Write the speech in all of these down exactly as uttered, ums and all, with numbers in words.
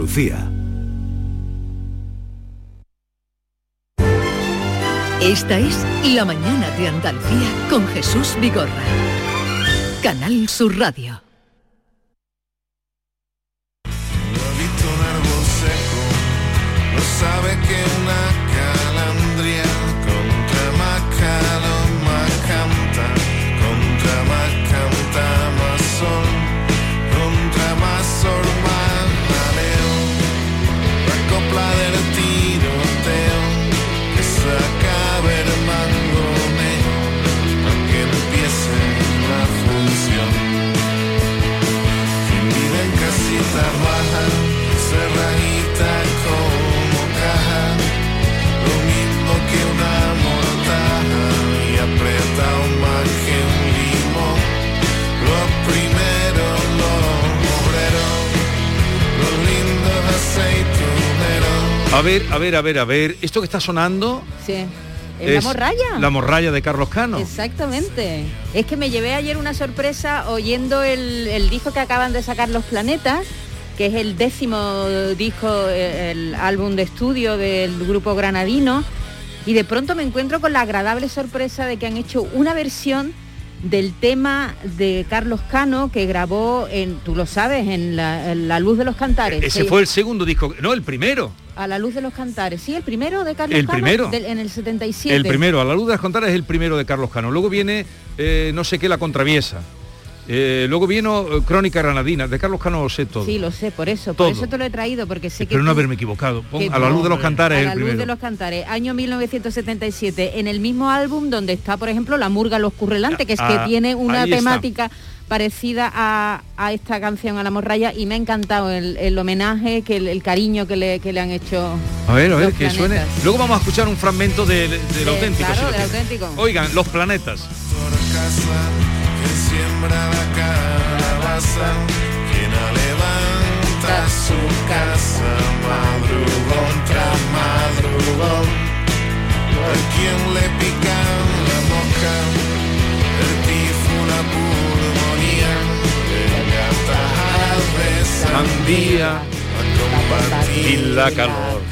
Lucía. Esta es La Mañana de Andalucía con Jesús Vigorra. Canal Sur Radio. No sabe que una calandria contra más calor más canta, contra más canta más sol, contra más sol más jaleo, la copla del tiroteo, que se acabe el mangoneo, para que empiece la función. Quien vive en casita baja, cerradita con que una mortaja y apretado más que un limón. Los primeros, los obreros, los lindos aceituneros. A ver, a ver, a ver, a ver, esto que está sonando... Sí. ¿Es, es la morralla? La morralla de Carlos Cano. Exactamente. Es que me llevé ayer una sorpresa oyendo el, el disco que acaban de sacar Los Planetas, que es el décimo disco, el álbum de estudio del grupo granadino. Y de pronto me encuentro con la agradable sorpresa de que han hecho una versión del tema de Carlos Cano que grabó, en, tú lo sabes, en La, en la Luz de los Cantares. Ese sí. fue el segundo disco, no, el primero. A la Luz de los Cantares, sí, el primero de Carlos el Cano. Primero. Del, en el setenta y siete. El primero, A la Luz de los Cantares es el primero de Carlos Cano. Luego viene, eh, no sé qué, La Contraviesa. Eh, luego vino eh, Crónica Granadina, de Carlos Cano lo sé todo. Sí, lo sé, por eso, todo. por eso te lo he traído, porque sé Espero que... no tú, haberme equivocado. Pon, que A la Luz de los Cantares es el primero. A la Luz de los Cantares, año mil novecientos setenta y siete, en el mismo álbum donde está, por ejemplo, La Murga Los Currelantes, que es ah, que tiene una temática está. parecida a, a esta canción, a La Morralla, y me ha encantado el, el homenaje, que el, el cariño que le, que le han hecho. A ver, a ver, Los que Planetas. suene. Luego vamos a escuchar un fragmento del de, de, de auténtico. Claro, si del lo auténtico. Oigan, Los Planetas. Que siembra la calabaza, quien levanta su casa, madrugón tras madrugón. A quien le pican la mosca, el tifo, la pulmonía, el gatas de sandía, a combatir la calor.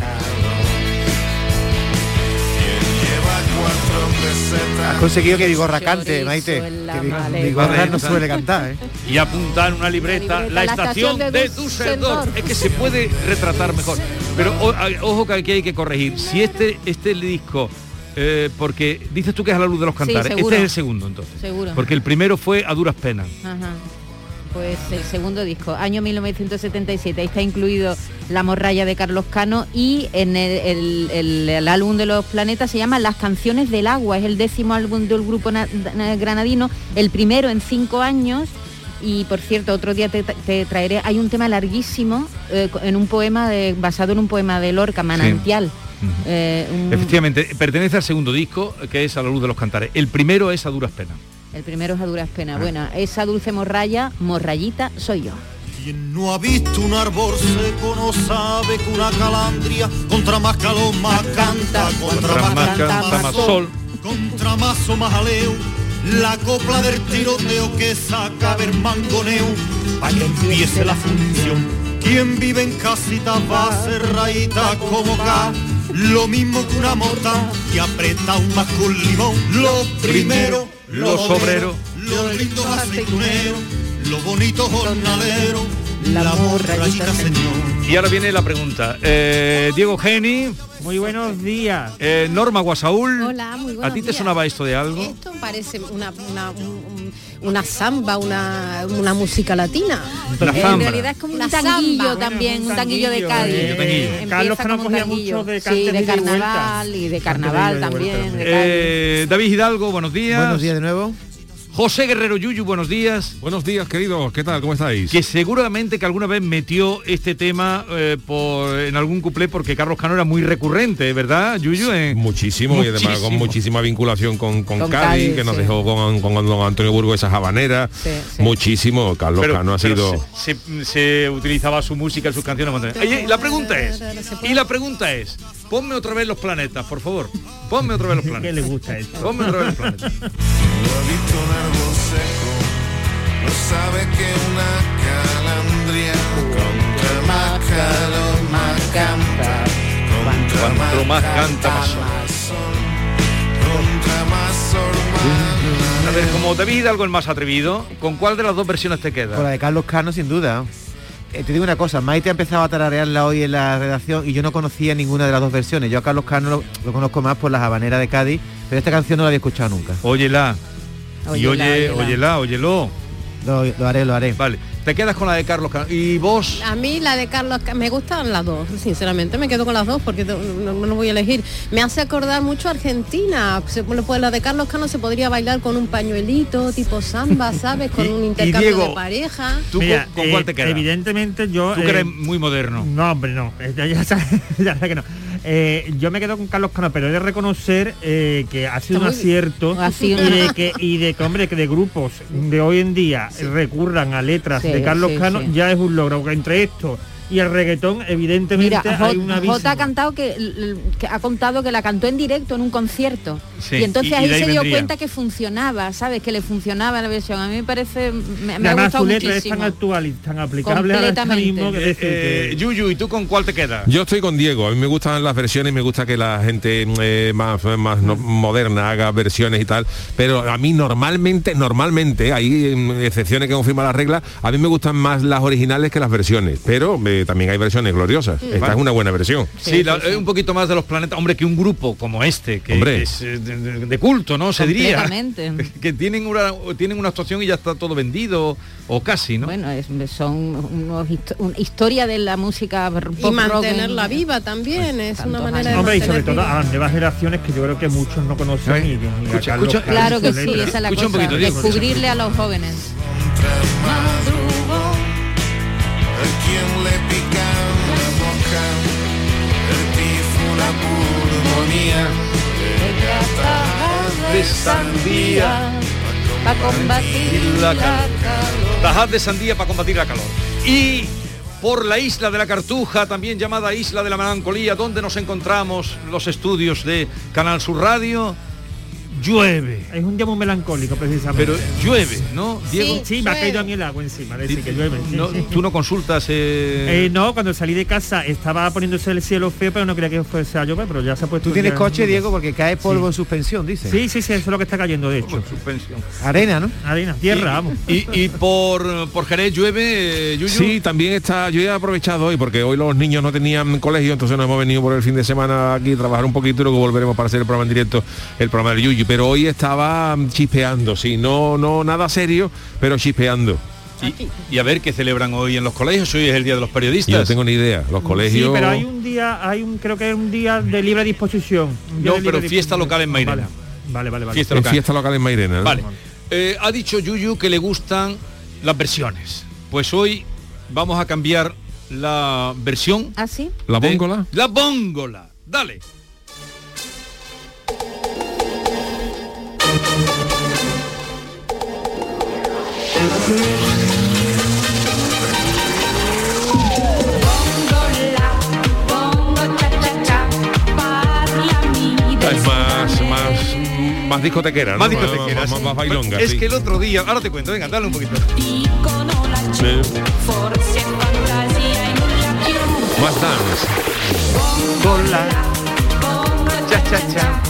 Has conseguido que Vigorra cante, Maite. Que Vigorra no suele cantar, ¿eh? Y apuntar una libreta, la, libreta, la estación, estación de, de Düsseldorf. Es que se puede retratar mejor. Pero o, ojo que aquí hay que corregir. Si este este disco, eh, porque dices tú que es A la Luz de los Cantares, sí, este es el segundo entonces. Seguro. Porque el primero fue A Duras Penas. Ajá. Pues el segundo disco, año mil novecientos setenta y siete, ahí está incluido La Morralla de Carlos Cano, y en el, el, el, el álbum de Los Planetas se llama Las Canciones del Agua, es el décimo álbum del grupo na, na, granadino, el primero en cinco años, y por cierto, otro día te, te traeré, hay un tema larguísimo eh, en un poema de, basado en un poema de Lorca, Manantial. Sí. Uh-huh. eh, un... Efectivamente, pertenece al segundo disco, que es A la Luz de los Cantares. El primero es A Duras Penas. El primero es A Duras Penas. Ah. Bueno, esa dulce morralla, morrayita soy yo. Quien no ha visto un árbol seco no sabe que una calandria contra más calor más canta, contra, contra más, más canta más, más sol, contra más o más jaleo, la copla del tiroteo que saca ver mangoneo, para que empiece la función. Quien vive en casita va cerradita como acá, lo mismo que una mota y aprieta un más con limón. Lo primero, los obreros, los lindos aceituneros, los bonitos jornaleros, la morrayita señor. Y ahora viene la pregunta. Eh, Diego Geni. Muy buenos días. Eh, Norma Guasaúl. Hola, muy buenos ¿A ti te días. sonaba esto de algo? Esto parece una, una, un, una samba, una, una música latina. Una en zambra. realidad es como un Una tanguillo samba. también, Bueno, un tanguillo de Cádiz. Eh, Eh, Carlos empieza Cano como un cogía tanguillo. mucho de Sí, cantes de de carnaval vuelta. y de Cantes carnaval de vuelta también. también. de Cádiz. Eh, David Hidalgo, buenos días. Buenos días de nuevo. José Guerrero Yuyu, buenos días. Buenos días, queridos. ¿Qué tal? ¿Cómo estáis? Que seguramente que alguna vez metió este tema eh, por, en algún cuplé porque Carlos Cano era muy recurrente, ¿verdad, Yuyu? Eh, muchísimo, muchísimo, y además con muchísima vinculación con, con, con Cádiz, Cádiz, que nos sí. dejó con, con don Antonio Burgo esas habaneras. Sí, sí. Muchísimo. Carlos pero, Cano ha sido... Se, se, se utilizaba su música, sus canciones. Oye, y la pregunta es, y la pregunta es, ponme otra vez Los Planetas, por favor. Ponme otra vez Los Planetas. ¿Qué le gusta esto? Ponme otra vez Los Planetas. No sabe que una calandria contra más calor más canta, Cuanto más canta, más sol. contra más sol, A ver, como David Hidalgo el más atrevido, ¿con cuál de las dos versiones te queda? Con la de Carlos Cano, sin duda. Eh, te digo una cosa, Maite ha empezado a tararearla hoy en la redacción y yo no conocía ninguna de las dos versiones. Yo a Carlos Cano lo, lo conozco más por las habaneras de Cádiz, pero esta canción no la había escuchado nunca. Óyela. Y Óyela, oye, óyela. óyela, óyelo. Lo, lo haré, lo haré. Vale, te quedas con la de Carlos Cano. ¿Y vos? A mí la de Carlos, Ca- me gustan las dos, sinceramente, me quedo con las dos porque no, no, no lo voy a elegir. Me hace acordar mucho a Argentina, se, pues la de Carlos Cano se podría bailar con un pañuelito tipo samba, ¿sabes? Con Y- un y intercambio Diego, de pareja. ¿Tú Mira, con, con cuál te eh, quedas? Evidentemente yo... Tú que eh, eres muy moderno. No, hombre, no. eh, Ya, ya sabes, ya sabes que no. Eh, yo me quedo con Carlos Cano, pero he de reconocer eh, que ha sido Está un muy- acierto Ha sido y una- de que y de que hombre que de grupos de hoy en día recurran a letras Sí, de Carlos sí, Cano sí. ya es un logro, porque entre esto y el reggaetón evidentemente Mira, hay J- un abismo. Jota ha cantado que, l- que ha contado que la cantó en directo en un concierto. Sí, y entonces y- y ahí de ahí se dio vendría. cuenta que funcionaba, ¿sabes? Que le funcionaba la versión. A mí me parece, me, Y me ha además gustado su letra es muchísimo. tan actual y tan aplicable ahora Completamente. mismo que Eh, decir eh, que- Yuyu, ¿y tú con cuál te quedas? Yo estoy con Diego, a mí me gustan las versiones y me gusta que la gente eh, más, más no- moderna haga versiones y tal, pero a mí normalmente, normalmente, hay mm, excepciones que confirman la regla, a mí me gustan más las originales que las versiones, pero eh, también hay versiones gloriosas. Esta Vale. es una buena versión. Sí, Sí, la- sí, sí. eh, un poquito más de los planetas. Hombre, que un grupo como este, que, Hombre. que es eh, de, de- de culto, ¿no? Se diría. Completamente. Que tienen una, tienen una actuación y ya está todo vendido, o casi, ¿no? Bueno, es- son unos histo- una historia de la música pop Y rock mantenerla en- viva también, es tantos una manera de Hombre, y sobre mantener todo a viva. las nuevas generaciones que yo creo que muchos no conocen Ay, ni, ni a escucha, Carlos escucha. Cano y Claro sus que sí, letras. esa es la Escucha un cosa. poquito, Diego. Descubrirle a los jóvenes. madrugo, el quien le pica la boca, el tifo, la pulmonía, de sandía para combatir la calor. Tajad de sandía para combatir la calor. Y por la isla de la Cartuja, también llamada Isla de la Melancolía, donde nos encontramos los estudios de Canal Sur Radio, llueve. Es un día muy melancólico precisamente. Pero llueve, ¿no, Diego? Sí, me ha caído a mí el agua encima, es decir, que llueve. sí, No, sí. tú no consultas... Eh... Eh, no, cuando salí de casa estaba poniéndose el cielo feo, pero no quería que fuese a llover, pero ya se ha puesto... Tú tienes ya- coche, Diego, porque cae polvo Sí. en suspensión, dice. Sí, sí, sí, eso es lo que está cayendo, de hecho. Con suspensión. Arena, ¿no? Arena, tierra, vamos. Y, y por, por Jerez llueve, eh, Yuyu. Sí, también está, yo he aprovechado hoy porque hoy los niños no tenían colegio, entonces nos hemos venido por el fin de semana aquí a trabajar un poquito y luego volveremos para hacer el programa en directo, el programa del Yuyu, pero hoy estaba chispeando, sí, no, no nada serio, pero chispeando. Y, y a ver qué celebran hoy en los colegios. Hoy es el Día de los Periodistas. Yo no tengo ni idea, los colegios... Sí, pero hay un día, hay un, creo que es un día de libre disposición. Un día No, de libre pero fiesta disposición. local en Mairena. Vale, vale, vale. Fiesta En local. fiesta local en Mairena, ¿no? Vale. Eh, ha dicho Yuyu que le gustan las versiones. Pues hoy vamos a cambiar la versión. ¿Ah, sí? ¿La de- bóngola? La bóngola. Dale. Es más, más, más discotequera, ¿no? Más discotequera. Más, más, más bailonga, Es sí. que el otro día, ahora te cuento, venga, dale un poquito. Sí. Más dance. Cha, cha, cha.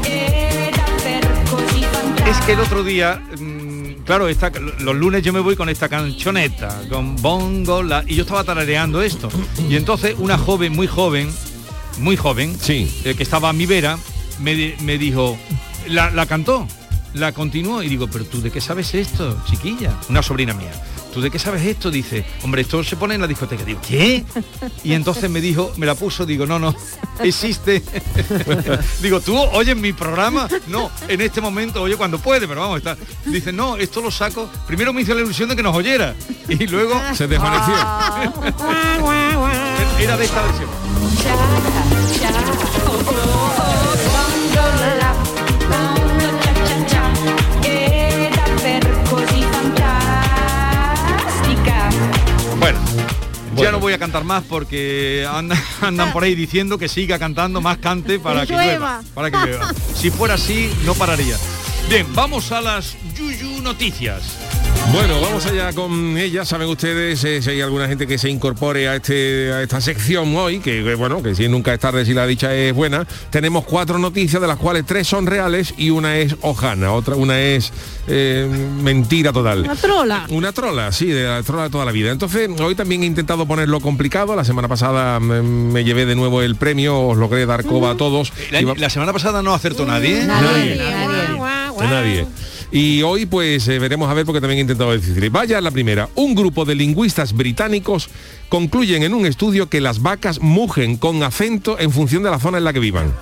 Es que el otro día, mmm, claro, esta, los lunes yo me voy con esta canchoneta, con bongola, y yo estaba tarareando esto. Y entonces una joven, muy joven, muy joven, Sí. eh, que estaba a mi vera, me, di- me dijo, la, la cantó, la continuó, y digo, pero tú de qué sabes esto, chiquilla, una sobrina mía. ¿Tú de qué sabes esto? Dice, hombre, esto se pone en la discoteca. Digo, ¿qué? Y entonces me dijo, me la puso, digo, no, no, existe. Digo, ¿tú oyes mi programa? No, en este momento, oye, cuando puede, pero vamos, está. Dice, no, esto lo saco. Primero me hizo la ilusión de que nos oyera. Y luego Se desvaneció. era de esta versión. Bueno, ya Bueno. no voy a cantar más porque andan, andan por ahí diciendo que siga cantando, más cante para que llueva. llueva. Para que llueva. Si fuera así, no pararía. Bien, vamos a las Yuyu Noticias. Bueno, vamos allá con ella. Saben ustedes eh, si hay alguna gente que se incorpore a este a esta sección hoy, que, que bueno, que si nunca es tarde, si la dicha es buena. Tenemos cuatro noticias, de las cuales tres son reales y una es hojana, otra una es eh, mentira total. Una trola. Una trola, sí, de la trola de toda la vida. Entonces, hoy también he intentado ponerlo complicado. La semana pasada me, me llevé de nuevo el premio, os logré dar coba a todos. La, Iba... la semana pasada no acertó nadie. Nadie. Nadie. Nadie. nadie. Y hoy pues eh, veremos a ver, porque también he intentado decir. Vaya la primera. Un grupo de lingüistas británicos concluyen en un estudio que las vacas mugen con acento en función de la zona en la que vivan.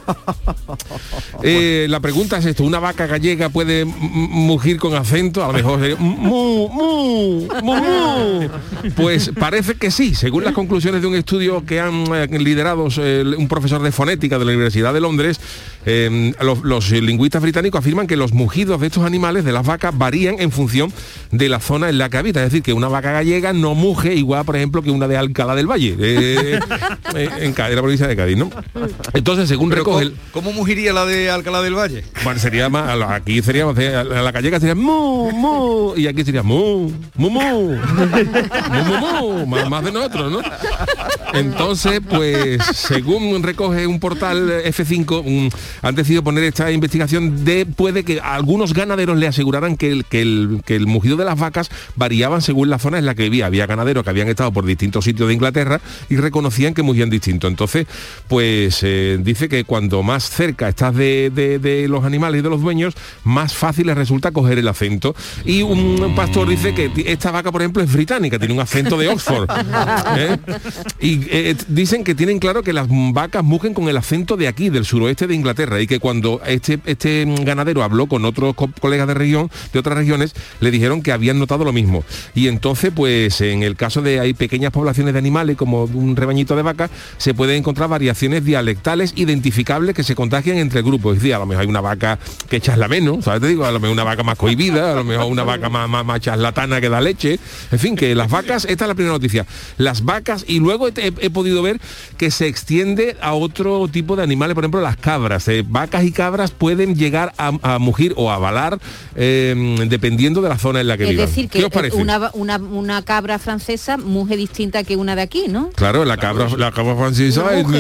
Eh, la pregunta es esto: ¿una vaca gallega puede mugir con acento? A lo mejor sería mu, mu, mu, mu. Pues parece que sí, según las conclusiones de un estudio que han eh, liderado eh, un profesor de fonética de la Universidad de Londres. Eh, los, los lingüistas británicos afirman que los mugidos de estos animales, de las vacas, varían en función de la zona en la que habita. Es decir, que una vaca gallega no muge igual, por ejemplo, que una de Alcalá del Valle, eh, eh, en, Cádiz, en la provincia de Cádiz, ¿no? Entonces, según recoge... El... ¿Cómo mugiría la de Alcalá del Valle? Bueno, sería más... Aquí sería... A la gallega sería mu, mu, y aquí sería mu, mu, mu, mu, mu, mu, más, más de nosotros, ¿no? Entonces, pues, según recoge un portal F cinco, un, han decidido poner esta investigación de... Puede que algunos ganaderos le aseguraran que el, que, el, que el mugido de las vacas variaban según la zona en la que vivía. Había ganaderos que habían estado por distintos sitios de Inglaterra y reconocían que mugían distinto. Entonces, pues eh, dice que cuando más cerca estás de, de, de los animales y de los dueños, más fácil les resulta coger el acento. Y un pastor dice que esta vaca, por ejemplo, es británica, tiene un acento de Oxford. ¿eh? Y eh, dicen que tienen claro que las vacas mugen con el acento de aquí, del suroeste de Inglaterra, y que cuando este, este ganadero habló con otros co colegas de región, de otras regiones, le dijeron que habían notado lo mismo. Y entonces, pues en el caso de hay pequeñas poblaciones de animales, como un rebañito de vacas, se pueden encontrar variaciones dialectales identificables que se contagian entre grupos. Es decir, a lo mejor hay una vaca que chasla menos, ¿sabes? Te digo, a lo mejor una vaca más cohibida, a lo mejor una vaca más, más, más charlatana que da leche. En fin, que las vacas, esta es la primera noticia. Las vacas, y luego he, he podido ver que se extiende a otro tipo de animales, por ejemplo, las cabras. Eh, vacas y cabras pueden llegar a, a mugir o a balar eh, dependiendo de la zona en la que es vivan. Es decir, ¿Qué que os parece? Una, una, una cabra francesa muge distinta que una de aquí, ¿no? Claro, la cabra, la cabra francesa es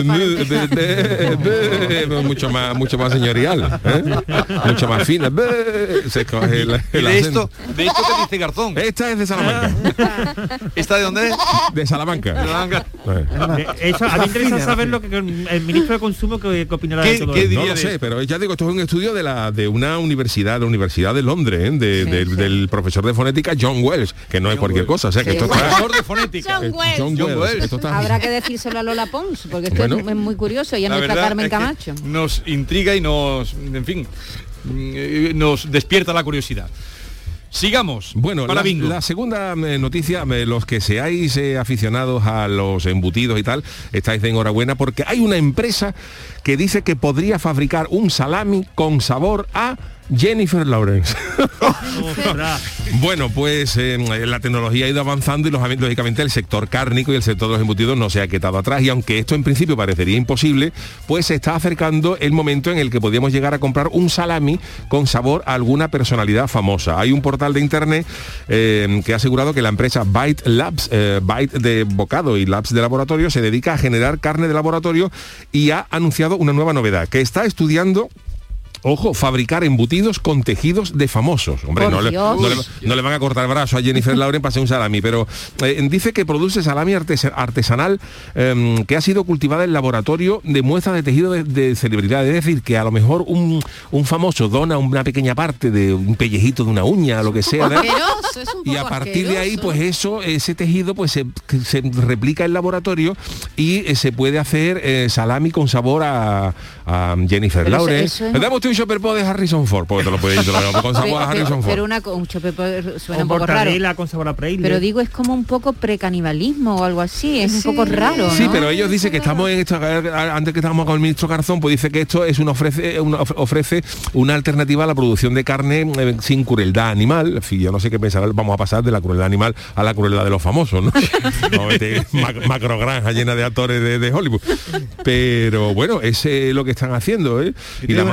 mucho más, mucho más señorial, ¿eh? Mucho más fina. Se coge el, el de esto, de esto que dice Garzón. Esta es de Salamanca. ¿Esta de dónde es? De Salamanca. De Salamanca. Eh, eso, a mí me interesa saber lo que el ministro de Consumo que, que opinará de todo esto. No lo sé, pero ya digo, esto es un estudio de la de una universidad, de la Universidad de Londres, ¿eh? de, sí, de, sí. del profesor de fonética John Wells, que no John es cualquier Wells. cosa, o sea que sí. esto está... Profesor de fonética. John Wells. John John Wells. Wells. Está... Habrá que decírselo a Lola Pons, porque esto bueno, es muy curioso, y a nuestra Carmen es Camacho. Nos intriga y nos, en fin, nos despierta la curiosidad. Sigamos. Bueno, para la, bingo. la segunda eh, noticia, eh, los que seáis eh, aficionados a los embutidos y tal, estáis de enhorabuena, porque hay una empresa que dice que podría fabricar un salami con sabor a Jennifer Lawrence. Bueno, pues eh, la tecnología ha ido avanzando y los, lógicamente el sector cárnico y el sector de los embutidos no se ha quedado atrás, y aunque esto en principio parecería imposible, pues se está acercando el momento en el que podríamos llegar a comprar un salami con sabor a alguna personalidad famosa. Hay un portal de internet eh, que ha asegurado que la empresa Bite Labs, eh, Bite de bocado y Labs de laboratorio, se dedica a generar carne de laboratorio y ha anunciado una nueva novedad, que está estudiando, ojo, fabricar embutidos con tejidos de famosos. Hombre, no le, no, le, no le van a cortar el brazo a Jennifer Lawrence para hacer un salami, pero eh, dice que produce salami artes, artesanal eh, que ha sido cultivada en laboratorio de muestras de tejido de, de celebridades. Es decir, que a lo mejor un, un famoso dona una pequeña parte de un pellejito de una uña, lo que sea, ¿no? Es un poco y a partir asqueroso. de ahí, pues eso, ese tejido pues se, se replica en laboratorio y eh, se puede hacer eh, salami con sabor a, a Jennifer pero Lawrence. Eso, eso es... Dame usted un choperpo de Harrison Ford, porque te lo puedes ir con sabor a Harrison Ford. Pero una, un choperpo suena o un poco raro. Con sabor a Preile. Pero digo, es como un poco precanibalismo o algo así, es sí. un poco raro, ¿no? Sí, pero ellos dicen que estamos en esto, antes que estábamos con el ministro Garzón, pues dice que esto es un ofrece, una, ofrece una alternativa a la producción de carne eh, sin crueldad animal. En fin, yo no sé qué pensar, vamos a pasar de la crueldad animal a la crueldad de los famosos, ¿no? No, este, mac, macrogranja llena de actores de, de Hollywood. Pero bueno, ese es lo que están haciendo, ¿eh? Y, y la una cosa, si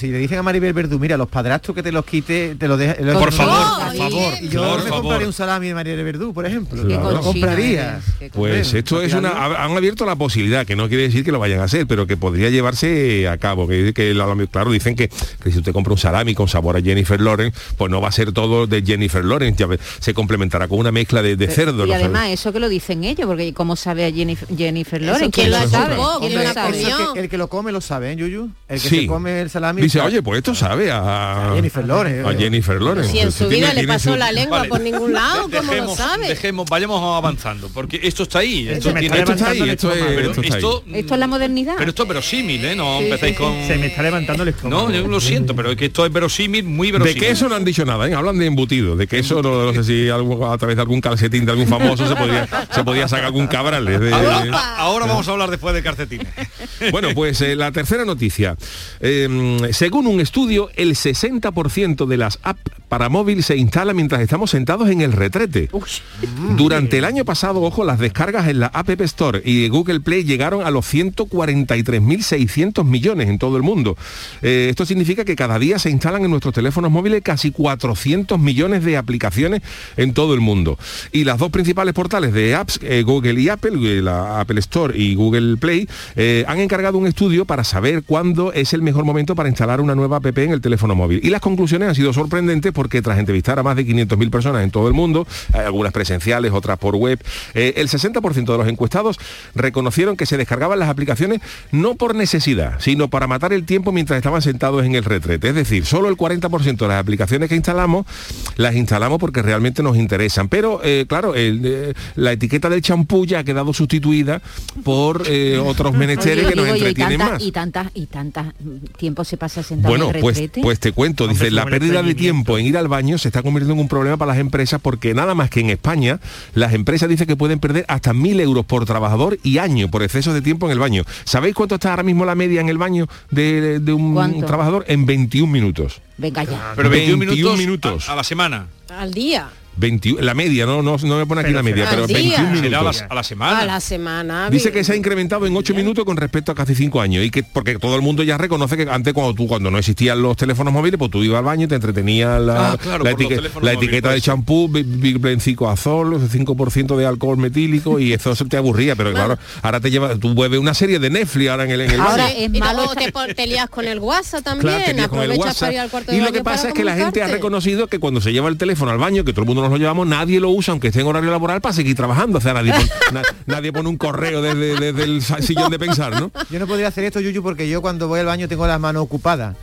si le dicen a Maribel Verdú, mira, los padrastros que te los quite, te los deja... Por favor, por favor. Y yo por me favor. compraría un salami de Maribel Verdú, por ejemplo. Claro. Lo compraría. Pues esto es una... Han abierto la posibilidad, que no quiere decir que lo vayan a hacer, pero que podría llevarse a cabo. Que, que claro, dicen que, que si usted compra un salami con sabor a Jennifer Lawrence, pues no va a ser todo de Jennifer Lawrence, ya ve, se complementará con una mezcla de, de cerdo. Y ¿no? además, eso que lo dicen ellos, porque ¿cómo sabe a Jennifer, Jennifer Lawrence? ¿Quién lo sabe? ¿Quién lo Hombre, sabe? eso que el que lo come lo sabe, ¿eh, Yuyu? El que Sí. se come el salami... Dice, oye, pues esto sabe a... A Jennifer Lawrence. A Jennifer Lawrence. Si en su Tiene- vida le tiene pasó su- la lengua Vale. por ningún lado, ¿cómo lo Dejemos, sabe? dejemos, vayamos avanzando, porque esto está ahí. Esto, Se me tiene- está Esto está ahí, esto es... pero esto está ahí. esto, Esto es la modernidad. pero esto es verosímil, ¿eh? No Sí, empecéis sí, con... Se me está levantando el estómago. No, yo lo siento, pero es que esto es verosímil, muy De verosímil. queso no han dicho nada, ¿eh? Hablan de embutido. De queso no, no sé si algo, a través de algún calcetín de algún famoso se podía, se podía sacar algún cabral. ¿eh? De- Ahora, ahora vamos a hablar después de calcetines. Bueno, pues eh, la tercera noticia. Eh, según un estudio, el sesenta por ciento de las apps para móvil se instala mientras estamos sentados en el retrete. Durante el año pasado, ojo, las descargas en la App Store y Google Play llegaron a los ciento cuarenta y tres mil seiscientos millones en todo el mundo. Eh, esto significa que cada día se instalan en nuestros teléfonos móviles casi cuatrocientos millones de aplicaciones en todo el mundo. Y las dos principales portales de apps, eh, Google y Apple, eh, la Apple Store y Google Play, eh, han encargado un estudio para saber cuándo es el mejor momento para instalar una nueva app en el teléfono móvil. Y las conclusiones han sido sorprendentes porque tras entrevistar a más de quinientas mil personas en todo el mundo, eh, algunas presenciales, otras por web, eh, el sesenta por ciento de los encuestados reconocieron que se descargaban las aplicaciones no por necesidad, sino para matar el tiempo mientras estaban sentados en el retrete. Es decir, solo el cuarenta por ciento de las aplicaciones que instalamos, las instalamos porque realmente nos interesan. Pero, eh, claro, el, eh, la etiqueta del champú ya ha quedado sustituida por eh, otros menesteres Oye, que nos digo yo, y entretienen tantas, más. y tantas, y tantas tiempo se pasa sentado Bueno, en el pues, retrete. pues te cuento, dice, Hombre, la como el pérdida de estreñimiento. tiempo en ir al baño se está convirtiendo en un problema para las empresas porque nada más que en España, las empresas dicen que pueden perder hasta mil euros por trabajador y año por exceso de tiempo en el baño. ¿Sabéis cuánto está ahora mismo la media en el baño de, de un ¿Cuánto? trabajador? En veintiún minutos. Venga ya. Pero veintiún, veintiún minutos, minutos. A, a la semana. Al día. veintiún, la media, no, no, no me pone aquí Pero la media, será pero al día. veintiún Será a la, minutos. a la semana. A la semana. Dice que se ha incrementado en ocho minutos con respecto a casi cinco años y que porque todo el mundo ya reconoce que antes cuando tú cuando no existían los teléfonos móviles, pues tú ibas al baño y te entretenía la, Ah, claro, la, por los etique- teléfonos la móviles, etiqueta puede del ser. champú, Big Blencico azul, cinco por ciento de alcohol metílico y eso se te aburría, pero claro, ahora te lleva, tú ves una serie de Netflix ahora en el, en el Ahora baño. es y malo luego esta- te, pon- te lías con el WhatsApp también, Claro, te lías con el aprovechas WhatsApp. para ir al cuarto de Y lo baño que pasa para es que la gente ha comunicarte. reconocido que cuando se lleva el teléfono al baño, que todo el mundo nos lo llevamos, nadie lo usa aunque esté en horario laboral para seguir trabajando. O sea, nadie pone, na- nadie pone un correo desde, desde el sa- sillón de pensar, ¿no? Yo no podría hacer esto, Yuyu, porque yo cuando voy al baño tengo las manos ocupadas.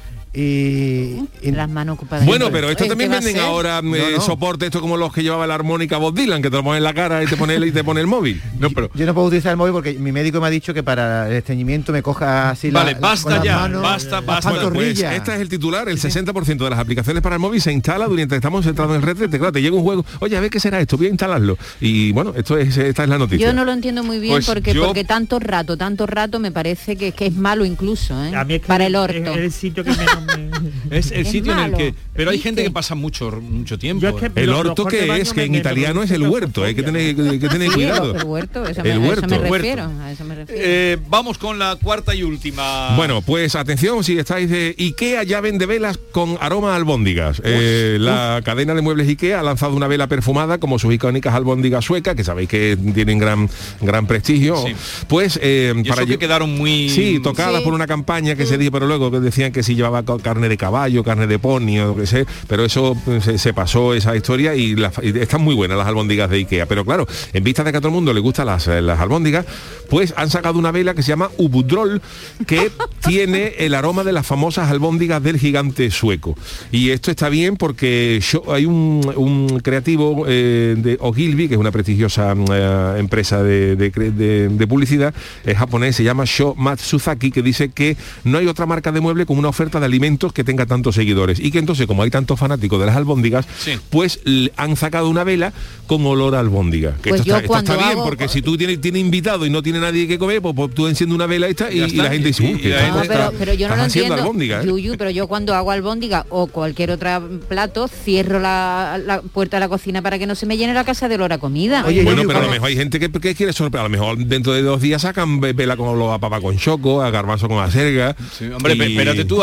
Y, y- Las manos ocupadas. Bueno, pero esto Oye, también ¿qué va a venden ser? ahora eh, No, no. soporte, esto como los que llevaba la armónica Bob Dylan, que te lo pones en la cara y te pone el, y te pone el móvil. No, pero yo no puedo utilizar el móvil porque mi médico me ha dicho que para el estreñimiento me coja así la- Vale, la- basta con las ya, manos, basta, las basta. Bueno, pues pantorrillas. este es el titular, el sesenta por ciento de las aplicaciones para el móvil se instala durante estamos sentados en el retrete. Claro, te llega un juego, oye, a ver qué será esto, voy a instalarlo. Y bueno, esto es, esta es la noticia. Yo no lo entiendo muy bien Pues porque yo- porque tanto rato, tanto rato me parece que, que es malo incluso, ¿eh? A mí es que para el es- orto. Es el sitio que menos me... es el Es sitio en el malo, que... Pero hay ¿viste? gente que pasa mucho, mucho tiempo. Yo es que- ¿eh? El Los- los orto cortes de que baño es, que me- en me italiano es el producen huerto, hay que tener, claustrofobia. que, que tener Sí, cuidado. el huerto, eso El me, a eso huerto. me Huerto. refiero, a eso me refiero. Eh, vamos con la cuarta y última. Bueno, pues atención, si estáis de IKEA ya vende velas con aroma a albóndigas. Eh, la cadena de muebles IKEA ha lanzado una vela perfumada como sus icónicas albóndigas suecas, que sabéis que tienen gran gran prestigio. Sí. Pues eh, Y eso que lle- quedaron muy... Sí, tocadas Sí. por una campaña que se dijo, pero luego que decían que si llevaba co- carne de caballo, carne de pony o lo que sé, pero eso pues, se, se pasó esa historia y, la- y están muy buenas las albóndigas de IKEA. Pero claro, en vista de que a todo el mundo le gustan las, eh, las albóndigas, pues han sacado una vela que se llama Ubudrol, que tiene el aroma de las famosas albóndigas del gigante sueco. Y esto está bien porque Sho- hay un, un creativo eh, de Ogilvy, que es una prestigiosa eh, empresa de, de cre- de- de publicidad, es japonés, se llama Sho Matsuzaki, que dice que no hay otra marca de mueble con una oferta de alimentos que tenga tantos seguidores. Y que entonces, como hay tantos fanáticos de las albóndigas, Sí. pues l- han sacado una vela con olor a albóndiga. Que Pues esto yo está, esto está cuando bien, hago- porque si tú tienes, tienes invitado y no tiene nadie que comer, pues, pues tú enciendes una vela esta y, Ya y está. la gente dice, Y- "Uh, y que la está- No, gente- pero, pero yo no estás lo haciendo entiendo, albóndiga, ¿eh?". Yuyu, pero yo cuando hago albóndiga o cualquier otro plato, cierro la, la puerta de la cocina para que no se me llene la casa de olor a comida. Oye, Bueno, Yuyu, pero a lo ¿cómo? mejor hay gente que, que quiere sorprender. A lo mejor dentro de dos días sacan ve- vela con olor a papa con choco, a garbanzo con acelga. Sí, hombre, y- espérate tú a dónde va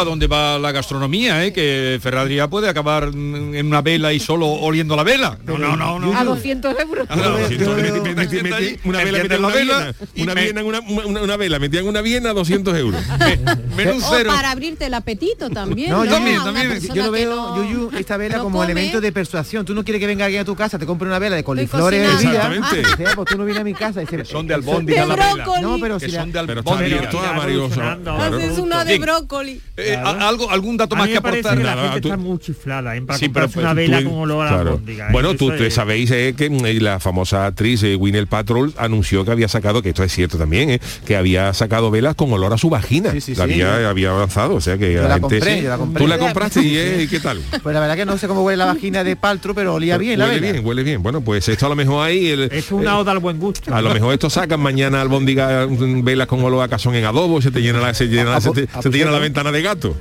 la, la gastronomía, ¿eh? Que Ferradría puede acabar en una vela y solo oliendo la vela. No, no, no, no. A doscientos euros. Ah, no, metí- metí- metí- metí una vela, metían una vela, una viena, una, una, una vela, metían una viena a doscientos euros. Menú O cero. para abrirte el apetito también. No, yo, También, A una también. persona yo lo que veo, no- Yuyu, esta vela no como come. elemento de persuasión. Tú no quieres que venga alguien a tu casa, te compre una vela de coliflores cocinando. hervidas. Exactamente. Dice, "Ah, pues tú no vienes a mi casa". Y dice, Son de "Eh, albóndiga De la vela. brócoli. No, pero Que si la- son de Pero está albóndiga. abierto a Mario. evolucionando. Claro. Haces una de Bien. brócoli. Eh, a- algo, ¿Algún dato A más mí que me parece aportar? que la Nada, gente tú- está muy chiflada ¿eh? para Sí, pero comprarse una tú- vela tú- con olor a claro. albóndiga, ¿eh? Bueno, Eso tú te es- sabéis eh, que mm, la famosa actriz eh, Gwyneth Paltrow anunció que había sacado, que esto es cierto también, eh, que había sacado velas con olor a su vagina. Sí, sí, La sí, había, yo- había avanzado, o sea que Yo la la gente- compré, yo la compré. Tú la compraste y, eh, ¿y qué tal? Pues la verdad que no sé cómo huele la vagina de Paltrow, pero olía bien la huele vela. bien, huele bien. Bueno, pues esto a lo mejor ahí el, Esto es una eh, oda al buen gusto. a lo mejor esto sacan mañana albóndiga mm, velas con olor a cazón en adobo, se te llena la, se, llena- A- se te, a- se te llena la a- ventana de gato.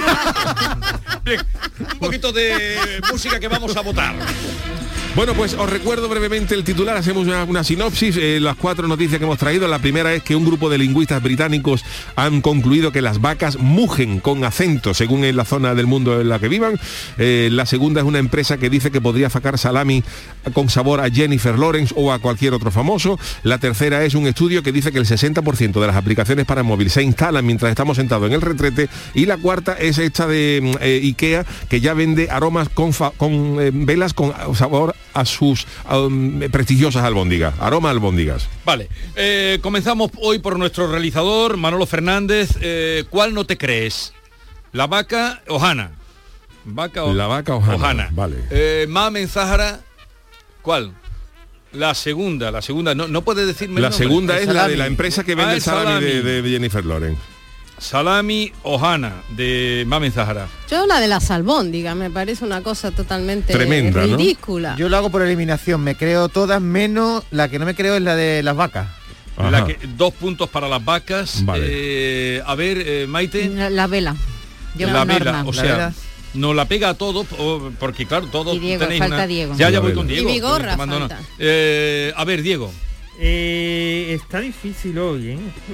Bien, un poquito de música que vamos a votar. Bueno, pues os recuerdo brevemente el titular, hacemos una, una sinopsis, eh, las cuatro noticias que hemos traído. La primera es que un grupo de lingüistas británicos han concluido que las vacas mugen con acento, según en la zona del mundo en la que vivan. Eh, la segunda es una empresa que dice que podría sacar salami con sabor a Jennifer Lawrence o a cualquier otro famoso. La tercera es un estudio que dice que el sesenta por ciento de las aplicaciones para móvil se instalan mientras estamos sentados en el retrete. Y la cuarta es esta de eh, IKEA, que ya vende aromas con, fa- con eh, velas con sabor a sus um, prestigiosas albóndigas, aroma a albóndigas. Vale, eh, comenzamos hoy por nuestro realizador, Manolo Fernández. Eh, ¿Cuál no te crees? ¿La vaca o Hanna? ¿Vaca o La vaca o Hanna, vale. Eh, Mamen Zahara, ¿cuál? La segunda, la segunda, no, no puedes decirme La el nombre. segunda El es la salami. de la empresa que vende Ah, el el salami, de, salami. de Jennifer Lawrence. Salami o Hanna, de Mamen Zahara. Yo la de las albóndigas me parece una cosa totalmente Tremenda, ¿no? ridícula. Yo lo hago por eliminación, me creo todas menos la que no me creo es la de las vacas. Ajá. La que, dos puntos para las vacas. Vale. Eh, a ver, eh, Maite. La, la vela. Yo la con vela, Norma. o La sea, vela. nos la pega a todos, o- porque claro, todos Y Diego, tenéis falta una- Diego. Ya, ya La voy vela. con Diego. Y Vigorra estoy tomando falta. nota. Eh, a ver, Diego. Eh, está difícil hoy, ¿eh?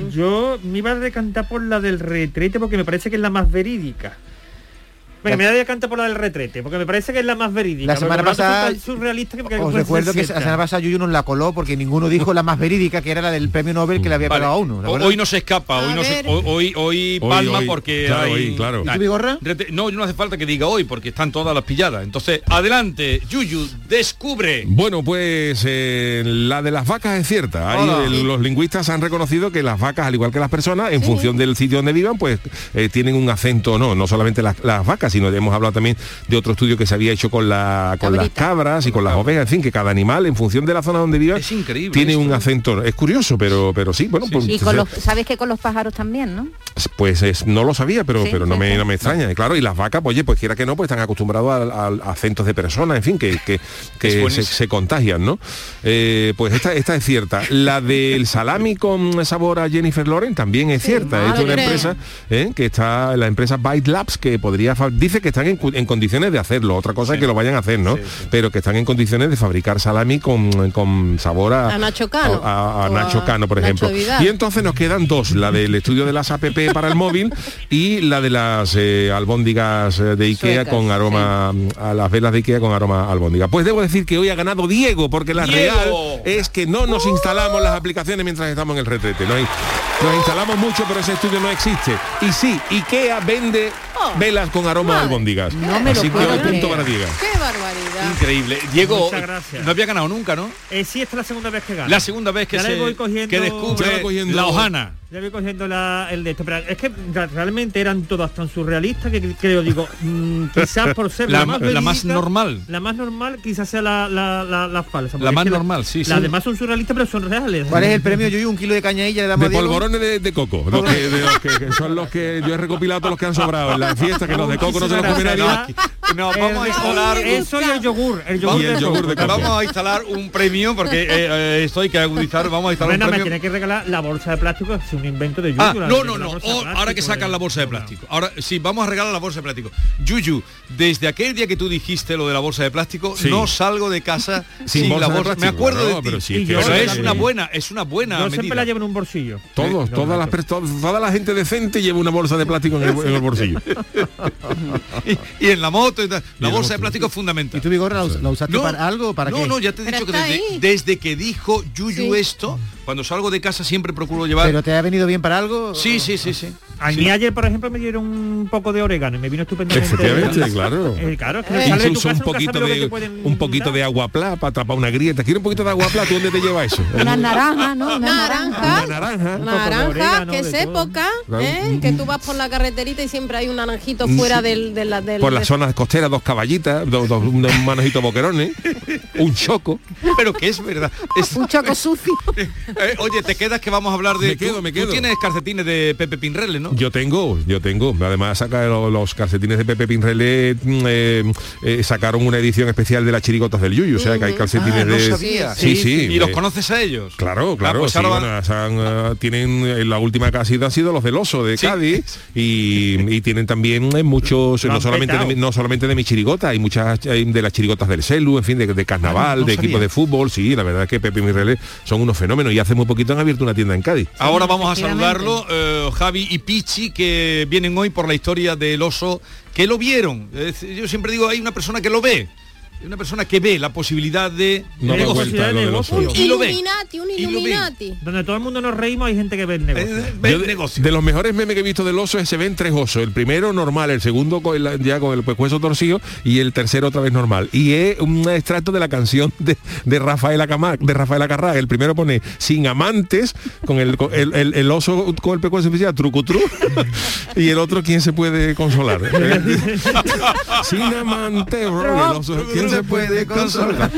Yo me iba a decantar por la del retrete porque me parece que es la más verídica. Venga, me voy a decantar por la del retrete porque me parece que es la más verídica. La semana Porque por lo pasada- tanto es surrealista que porque Os puede ser recuerdo que la cierta. semana pasada Yuyu nos la coló porque ninguno dijo la más verídica, que era la del premio Nobel que le había Vale. pegado a uno. ¿de acuerdo? Hoy no se escapa, hoy A no se, ver. hoy, hoy, hoy Hoy, palma hoy. porque Claro, hay- hoy, claro. ¿Y tu Vigorra? Rete- No, no hace falta que diga hoy porque están todas las pilladas. Entonces, adelante, Yuyu, descubre. Bueno, pues eh, la de las vacas es cierta. Ahí Hola. el- los lingüistas han reconocido que las vacas, al igual que las personas, en función del sitio donde vivan, pues eh, tienen un acento, no, no solamente las, las vacas, sino hemos hablado también de otro estudio que se había hecho con, la, con las Cabrita. cabras y con las ovejas, en fin, que cada animal, en función de la zona donde viva, Es increíble tiene esto. un acento. Es curioso, pero, pero sí, bueno, pues, Y con los, sabes que con los pájaros también, ¿no? pues es- no lo sabía, pero, Sí, pero no, sí, me, sí. no me extraña. Y claro, y las vacas, pues, oye, pues quiera que no, pues están acostumbrados a, a- a acentos de personas, en fin, que, que, Es que se, buenísimo. se contagian, ¿no? Eh, pues esta, esta es cierta. La del salami con sabor a Jennifer Lawrence también es cierta. Es madre una mía. empresa eh, que está, la empresa Byte Labs, que podría, fa- dice que están en, cu- en condiciones de hacerlo. Otra cosa es que lo vayan a hacer, ¿no? Sí, sí. Pero que están en condiciones de fabricar salami con, con sabor a, A Nacho Cano. a, a O Nacho a Cano, por Nacho ejemplo. Vidal. Y entonces nos quedan dos, la del estudio de las app para el móvil y la de las eh, albóndigas eh, de Ikea Suecas, con aroma, a las velas de Ikea con aroma a albóndiga. Pues debo decir que hoy ha ganado Diego, porque la ¡Diego! real es que no nos instalamos las aplicaciones mientras estamos en el retrete. No hay- nos instalamos mucho, pero ese estudio no existe. Y sí, Ikea vende Oh, velas con aroma a madre. albóndigas. No me lo Así que puedo hoy punto creer. para Diego. ¡Qué barbaridad! Increíble. Diego, Muchas gracias. no había ganado nunca, ¿no? Eh, sí, esta es la segunda vez que gano. La segunda vez que Ya le se voy cogiendo- que Ya descubre va cogiendo- la hojana. Ya voy cogiendo la, el de esto, pero es que ra- realmente eran todas tan surrealistas que creo, digo, mm, quizás por ser La la, ma- más la más verídica, normal. La más normal quizás sea la, la, la, la falsa. La porque más es que normal, sí, sí. Las demás son surrealistas, pero son reales. ¿Cuál es el premio, Yuyu? Un kilo de cañadilla le damos De a Diego. polvorones de, de coco, los que, de los que, que son los que yo he recopilado todos los que han sobrado en la fiesta, que los de coco no se los come nadie. No, vamos a instalar... Eso y el yogur. El yogur, Y el de yogur coco. de coco. Vamos a instalar un premio, porque eh, eh, esto hay que agudizar, vamos a instalar Bueno, un me premio. tiene que regalar la bolsa de plástico, es un invento de Yuyu. Ah, la- no, la no, no. bolsa de Oh, plástico, ahora que sacan eh. la bolsa de plástico. Ahora sí, vamos a regalar la bolsa de plástico. Yuyu, desde aquel día que tú dijiste lo de la bolsa de plástico, Sí. no salgo de casa Sin sin, bolsa la de bolsa. Me plástico, acuerdo no, de ti. pero sí, es Y que yo- yo- pero es sí. una buena, es una buena Yo medida. siempre la llevo en un bolsillo. Todos, Sí, todas no, las, no. per- to- toda la gente decente lleva una bolsa de plástico en el, en el bolsillo. y, y en la moto y tal. La en la bolsa de moto. plástico es fundamental. ¿Y tú, Vigorra, la, us- la usaste No, para algo o para no, qué? no, ya te he Pero dicho que está desde, ahí. desde que dijo Yuyu Sí. esto, cuando salgo de casa siempre procuro llevar... ¿Pero te ha venido bien para algo? Sí, sí, sí, sí. A mí ayer, por ejemplo, me dieron un poco de orégano y me vino estupendamente. Efectivamente, claro. Eh, claro, es que Eh. sale de tu Incluso casa, un nunca poquito sabes lo que de te pueden un poquito dar. de agua plá para atrapar una grieta. ¿Quieres un poquito de agua plá? ¿Tú dónde te lleva eso? Una naranja, ¿no? Una naranja. Naranja. Una naranja. Naranja, orégano, que es de todo. época, Claro. ¿eh? Que tú vas por la carreterita y siempre hay un naranjito fuera del, de la, del... Por las de- zonas costeras, dos caballitas, dos, dos, unos manojitos boquerones, un choco. Pero que es verdad. Es- Un choco sucio. Eh, oye, te quedas que vamos a hablar de... Me quedo, tú- me Tú quedo. tienes calcetines de Pepe Pinrelle, ¿no? Yo tengo, yo tengo. Además saca lo- los calcetines de Pepe Pinrelle, mm, eh, eh, sacaron una edición especial de las chirigotas del Yuyu, o sea que hay calcetines Ah, no de... sabía. Sí, sí. ¿Y los eh, conoces a ellos? Claro, claro, Ah, pues sí, ahora van- bueno, se han, eh, tienen eh, la última que ha sido, han sido los del Oso de Sí. Cádiz y, y tienen también eh, muchos, Lo no han solamente de, petado. mi- no solamente de mi chirigota, hay muchas eh, de las chirigotas del Celu, en fin, de, de carnaval, Ah, no de sabía. equipos de fútbol, sí, la verdad es que Pepe y Mirrele son unos fenómenos y hace muy poquito han abierto una tienda en Cádiz. Ahora vamos a efectivamente. saludarlo, eh, Javi y Pichi, que vienen hoy por la historia del oso, que lo vieron. Es decir, yo siempre digo, hay una persona que lo ve, una persona que ve la posibilidad de... No de da negocio, vuelta de lo del negocio. Oso. Un Y lo ve. Illuminati, un Y lo ve. Illuminati. Donde todo el mundo nos reímos, hay gente que ve el negocio. Eh, ve Yo el de, negocio. de los mejores memes que he visto del oso es se ven tres osos. El primero normal, el segundo con el- ya con el pescuezo torcido y el tercero otra vez normal. Y es un extracto de la canción de, de Rafael Acamá, de Rafael Acarrá. El primero pone sin amantes, con el, con el, el- el oso con el pescuezo especial, truco tru. Y el otro, ¿quién se puede consolar? sin amantes, el oso, ¿quién se puede consolar?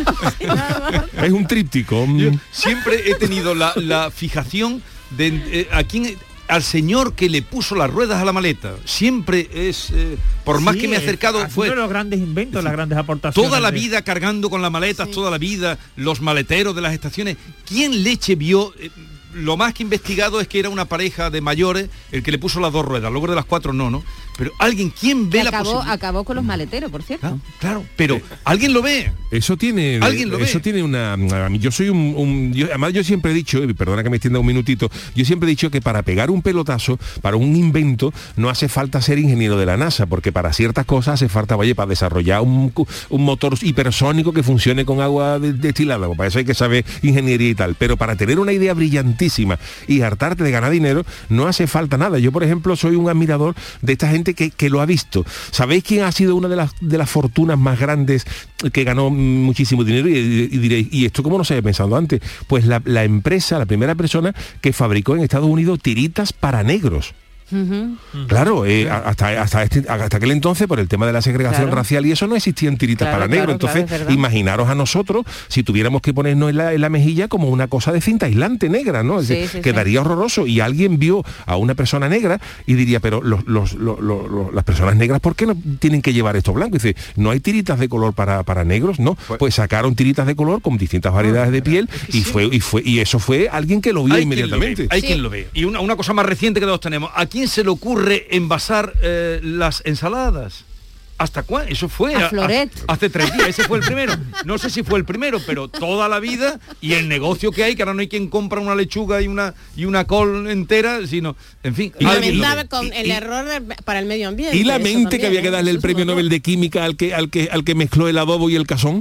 Es un tríptico. Yo siempre he tenido la, la fijación de eh, a quién, al señor que le puso las ruedas a la maleta. Siempre es, eh, por más Sí, que me he acercado, es fue uno de los grandes inventos, las grandes aportaciones. toda la de- vida cargando con las maletas, toda la vida, los maleteros de las estaciones. ¿Quién leche vio? eh, lo más que investigado es que era una pareja de mayores el que le puso las dos ruedas, luego de las cuatro no, ¿no? Pero alguien, ¿quién ve Que la acabó, posibilidad? acabó con los maleteros, por cierto. Claro, claro, pero alguien lo ve. Eso tiene, ¿Alguien lo ve? eso tiene una. A mí yo soy un, un- yo- además yo siempre he dicho, y perdona que me extienda un minutito, yo siempre he dicho que para pegar un pelotazo, para un invento, no hace falta ser ingeniero de la NASA, porque para ciertas cosas hace falta, oye, para desarrollar un, cu- un motor hipersónico que funcione con agua de- destilada, pues para eso hay que saber ingeniería y tal. Pero para tener una idea brillantísima y hartarte de ganar dinero, no hace falta nada. Yo, por ejemplo, soy un admirador de esta gente que, que lo ha visto. ¿Sabéis quién ha sido una de las, de las fortunas más grandes que ganó muchísimo dinero? Y, y diréis, ¿y esto cómo no se había pensado antes? Pues la, la empresa, la primera persona que fabricó en Estados Unidos tiritas para negros. Ujú. Claro, eh, a- hasta, hasta, este- hasta aquel entonces, por el tema de la segregación Claro. racial y eso, no existían tiritas Claro, para negros. claro, Entonces, claro, es verdad. imaginaros a nosotros si tuviéramos que ponernos en la, en la mejilla como una cosa de cinta aislante negra, ¿no? Es Sí, decir, sí, sí. quedaría horroroso. Y alguien vio a una persona negra y diría, pero los, los- los- los- los- las personas negras, ¿por qué no tienen que llevar esto blanco? Y dice, ¿no hay tiritas de color para, para negros? No, pues, sacaron tiritas de color con distintas variedades de piel y fue y fue y eso fue alguien que lo vio Hay quien lo inmediatamente. ve, hay Sí. quien lo ve. Y una, una cosa más reciente que todos tenemos, ¿a quién se le ocurre envasar eh, las ensaladas? ¿Hasta cuándo? Eso fue A Floret. hace tres días, ese fue el primero. No sé si fue el primero, pero toda la vida y el negocio que hay, que ahora no hay quien compra una lechuga y una y una col entera, sino, en fin, Y alguien lo lamentable ve. con el y- error de- para el medio ambiente. Y la eso mente también, que había que ¿eh? darle el Eso es premio un horror. Nobel de Química al que al que al que mezcló el adobo y el cazón,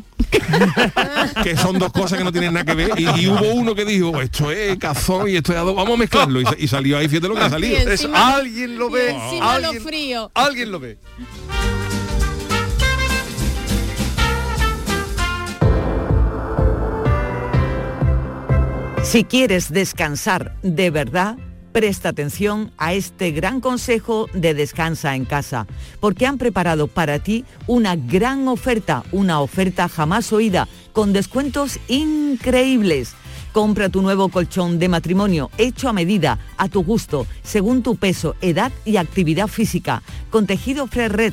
que son dos cosas que no tienen nada que ver. Y, y hubo uno que dijo, esto es cazón y esto es adobo, vamos a mezclarlo. Y, sa- y salió ahí, fíjate lo que ha salido. Y Es- encima- alguien lo y ve, encima lo alguien, frío. alguien lo ve. Si quieres descansar de verdad, presta atención a este gran consejo de Descansa en Casa, porque han preparado para ti una gran oferta, una oferta jamás oída, con descuentos increíbles. Compra tu nuevo colchón de matrimonio hecho a medida, a tu gusto, según tu peso, edad y actividad física, con tejido Fresh Reds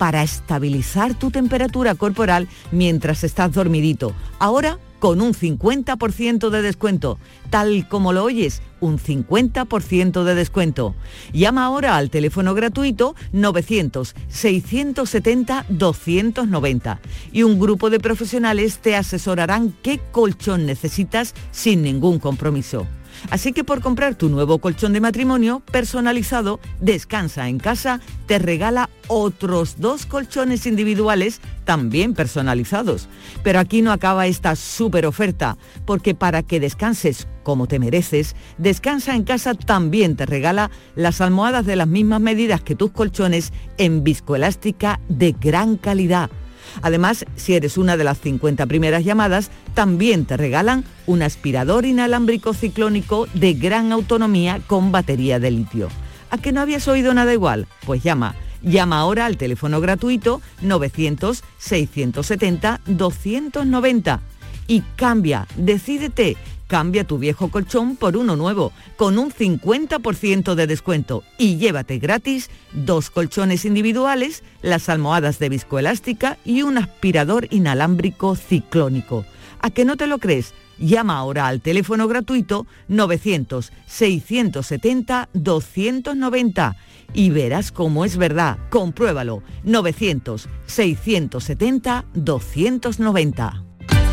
para estabilizar tu temperatura corporal mientras estás dormidito. Ahora con un cincuenta por ciento de descuento, tal como lo oyes, un cincuenta por ciento de descuento. Llama ahora al teléfono gratuito novecientos, seiscientos setenta, doscientos noventa y un grupo de profesionales te asesorarán qué colchón necesitas sin ningún compromiso. Así que por comprar tu nuevo colchón de matrimonio personalizado, Descansa en Casa te regala otros dos colchones individuales también personalizados. Pero aquí no acaba esta súper oferta, porque para que descanses como te mereces, Descansa en Casa también te regala las almohadas de las mismas medidas que tus colchones en viscoelástica de gran calidad. Además, si eres una de las cincuenta primeras llamadas, también te regalan un aspirador inalámbrico ciclónico de gran autonomía con batería de litio. ¿A que no habías oído nada igual? Pues llama. Llama ahora al teléfono gratuito novecientos, seiscientos setenta, doscientos noventa y cambia, decídete. Cambia tu viejo colchón por uno nuevo, con un cincuenta por ciento de descuento y llévate gratis dos colchones individuales, las almohadas de viscoelástica y un aspirador inalámbrico ciclónico. ¿A que no te lo crees? Llama ahora al teléfono gratuito novecientos, seiscientos setenta, doscientos noventa y verás cómo es verdad. Compruébalo. novecientos, seiscientos setenta, doscientos noventa.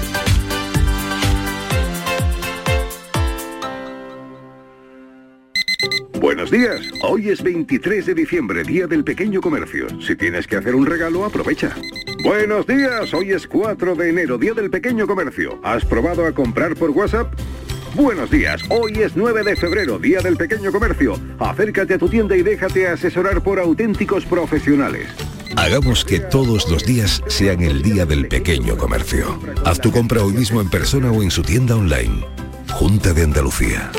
Buenos días, hoy es veintitrés de diciembre, Día del Pequeño Comercio. Si tienes que hacer un regalo, aprovecha. Buenos días, hoy es cuatro de enero, Día del Pequeño Comercio. ¿Has probado a comprar por WhatsApp? Buenos días, hoy es nueve de febrero, Día del Pequeño Comercio. Acércate a tu tienda y déjate asesorar por auténticos profesionales. Hagamos que todos los días sean el Día del Pequeño Comercio. Haz tu compra hoy mismo en persona o en su tienda online. Junta de Andalucía.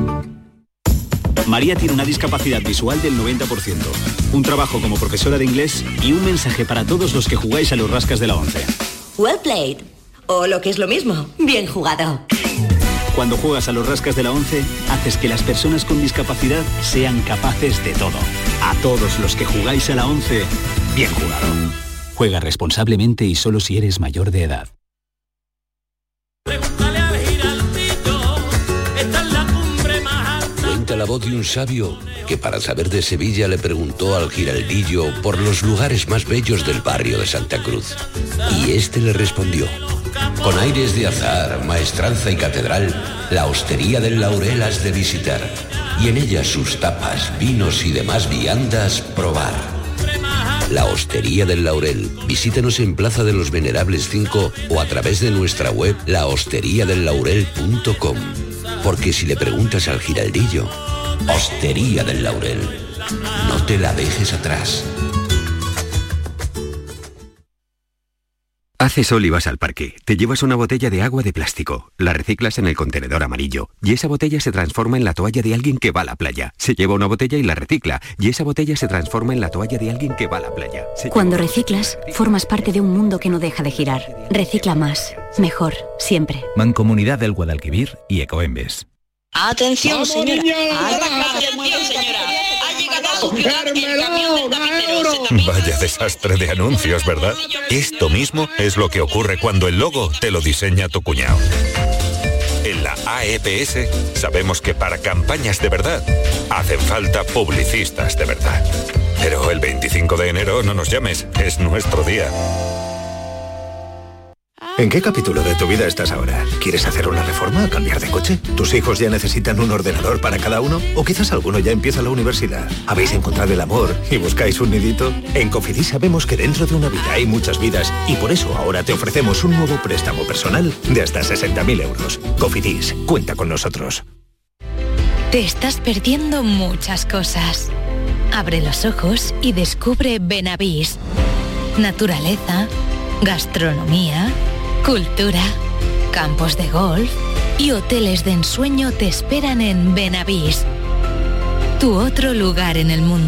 María tiene una discapacidad visual del noventa por ciento, un trabajo como profesora de inglés y un mensaje para todos los que jugáis a los rascas de la once. Well played. O lo que es lo mismo, bien jugado. Cuando juegas a los rascas de la once, haces que las personas con discapacidad sean capaces de todo. A todos los que jugáis a la once, bien jugado. Juega responsablemente y solo si eres mayor de edad. La voz de un sabio que para saber de Sevilla le preguntó al giraldillo por los lugares más bellos del barrio de Santa Cruz. Y este le respondió: con aires de azar, maestranza y catedral, la hostería del Laurel has de visitar, y en ella sus tapas, vinos y demás viandas probar. La Hostería del Laurel. Visítanos en Plaza de los Venerables cinco o a través de nuestra web la hostería del laurel punto com. Porque si le preguntas al giraldillo, Hostería del Laurel, no te la dejes atrás. Hace sol y vas al parque. Te llevas una botella de agua de plástico, la reciclas en el contenedor amarillo y esa botella se transforma en la toalla de alguien que va a la playa. Se lleva una botella y la recicla y esa botella se transforma en la toalla de alguien que va a la playa. Se Cuando reciclas, formas parte de un mundo que no deja de girar. Recicla más, mejor, siempre. Mancomunidad del Guadalquivir y Ecoembes. Atención, señora. Atención, señora. Ha llegado a su ciudad el camión de tapiceros. Vaya desastre de anuncios, ¿verdad? Esto mismo es lo que ocurre cuando el logo te lo diseña tu cuñado. En la A E P S sabemos que para campañas de verdad hacen falta publicistas de verdad. Pero el veinticinco de enero no nos llames, es nuestro día. ¿En qué capítulo de tu vida estás ahora? ¿Quieres hacer una reforma, cambiar de coche? ¿Tus hijos ya necesitan un ordenador para cada uno? ¿O quizás alguno ya empieza la universidad? ¿Habéis encontrado el amor y buscáis un nidito? En Cofidis sabemos que dentro de una vida hay muchas vidas y por eso ahora te ofrecemos un nuevo préstamo personal de hasta sesenta mil euros. Cofidis, cuenta con nosotros. Te estás perdiendo muchas cosas. Abre los ojos y descubre Benavís. Naturaleza, gastronomía, cultura, campos de golf y hoteles de ensueño te esperan en Benavís, tu otro lugar en el mundo.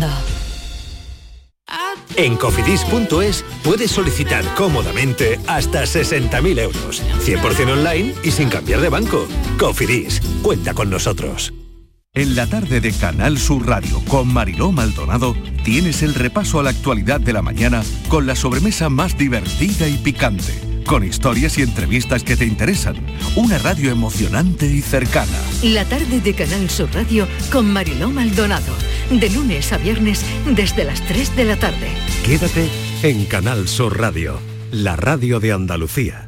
En cofidis punto es puedes solicitar cómodamente hasta sesenta mil euros, cien por ciento online y sin cambiar de banco. Cofidis, cuenta con nosotros. En la tarde de Canal Sur Radio con Mariló Maldonado tienes el repaso a la actualidad de la mañana con la sobremesa más divertida y picante, con historias y entrevistas que te interesan. Una radio emocionante y cercana. La tarde de Canal Sur Radio con Mariló Maldonado. De lunes a viernes desde las tres de la tarde. Quédate en Canal Sur Radio, la radio de Andalucía.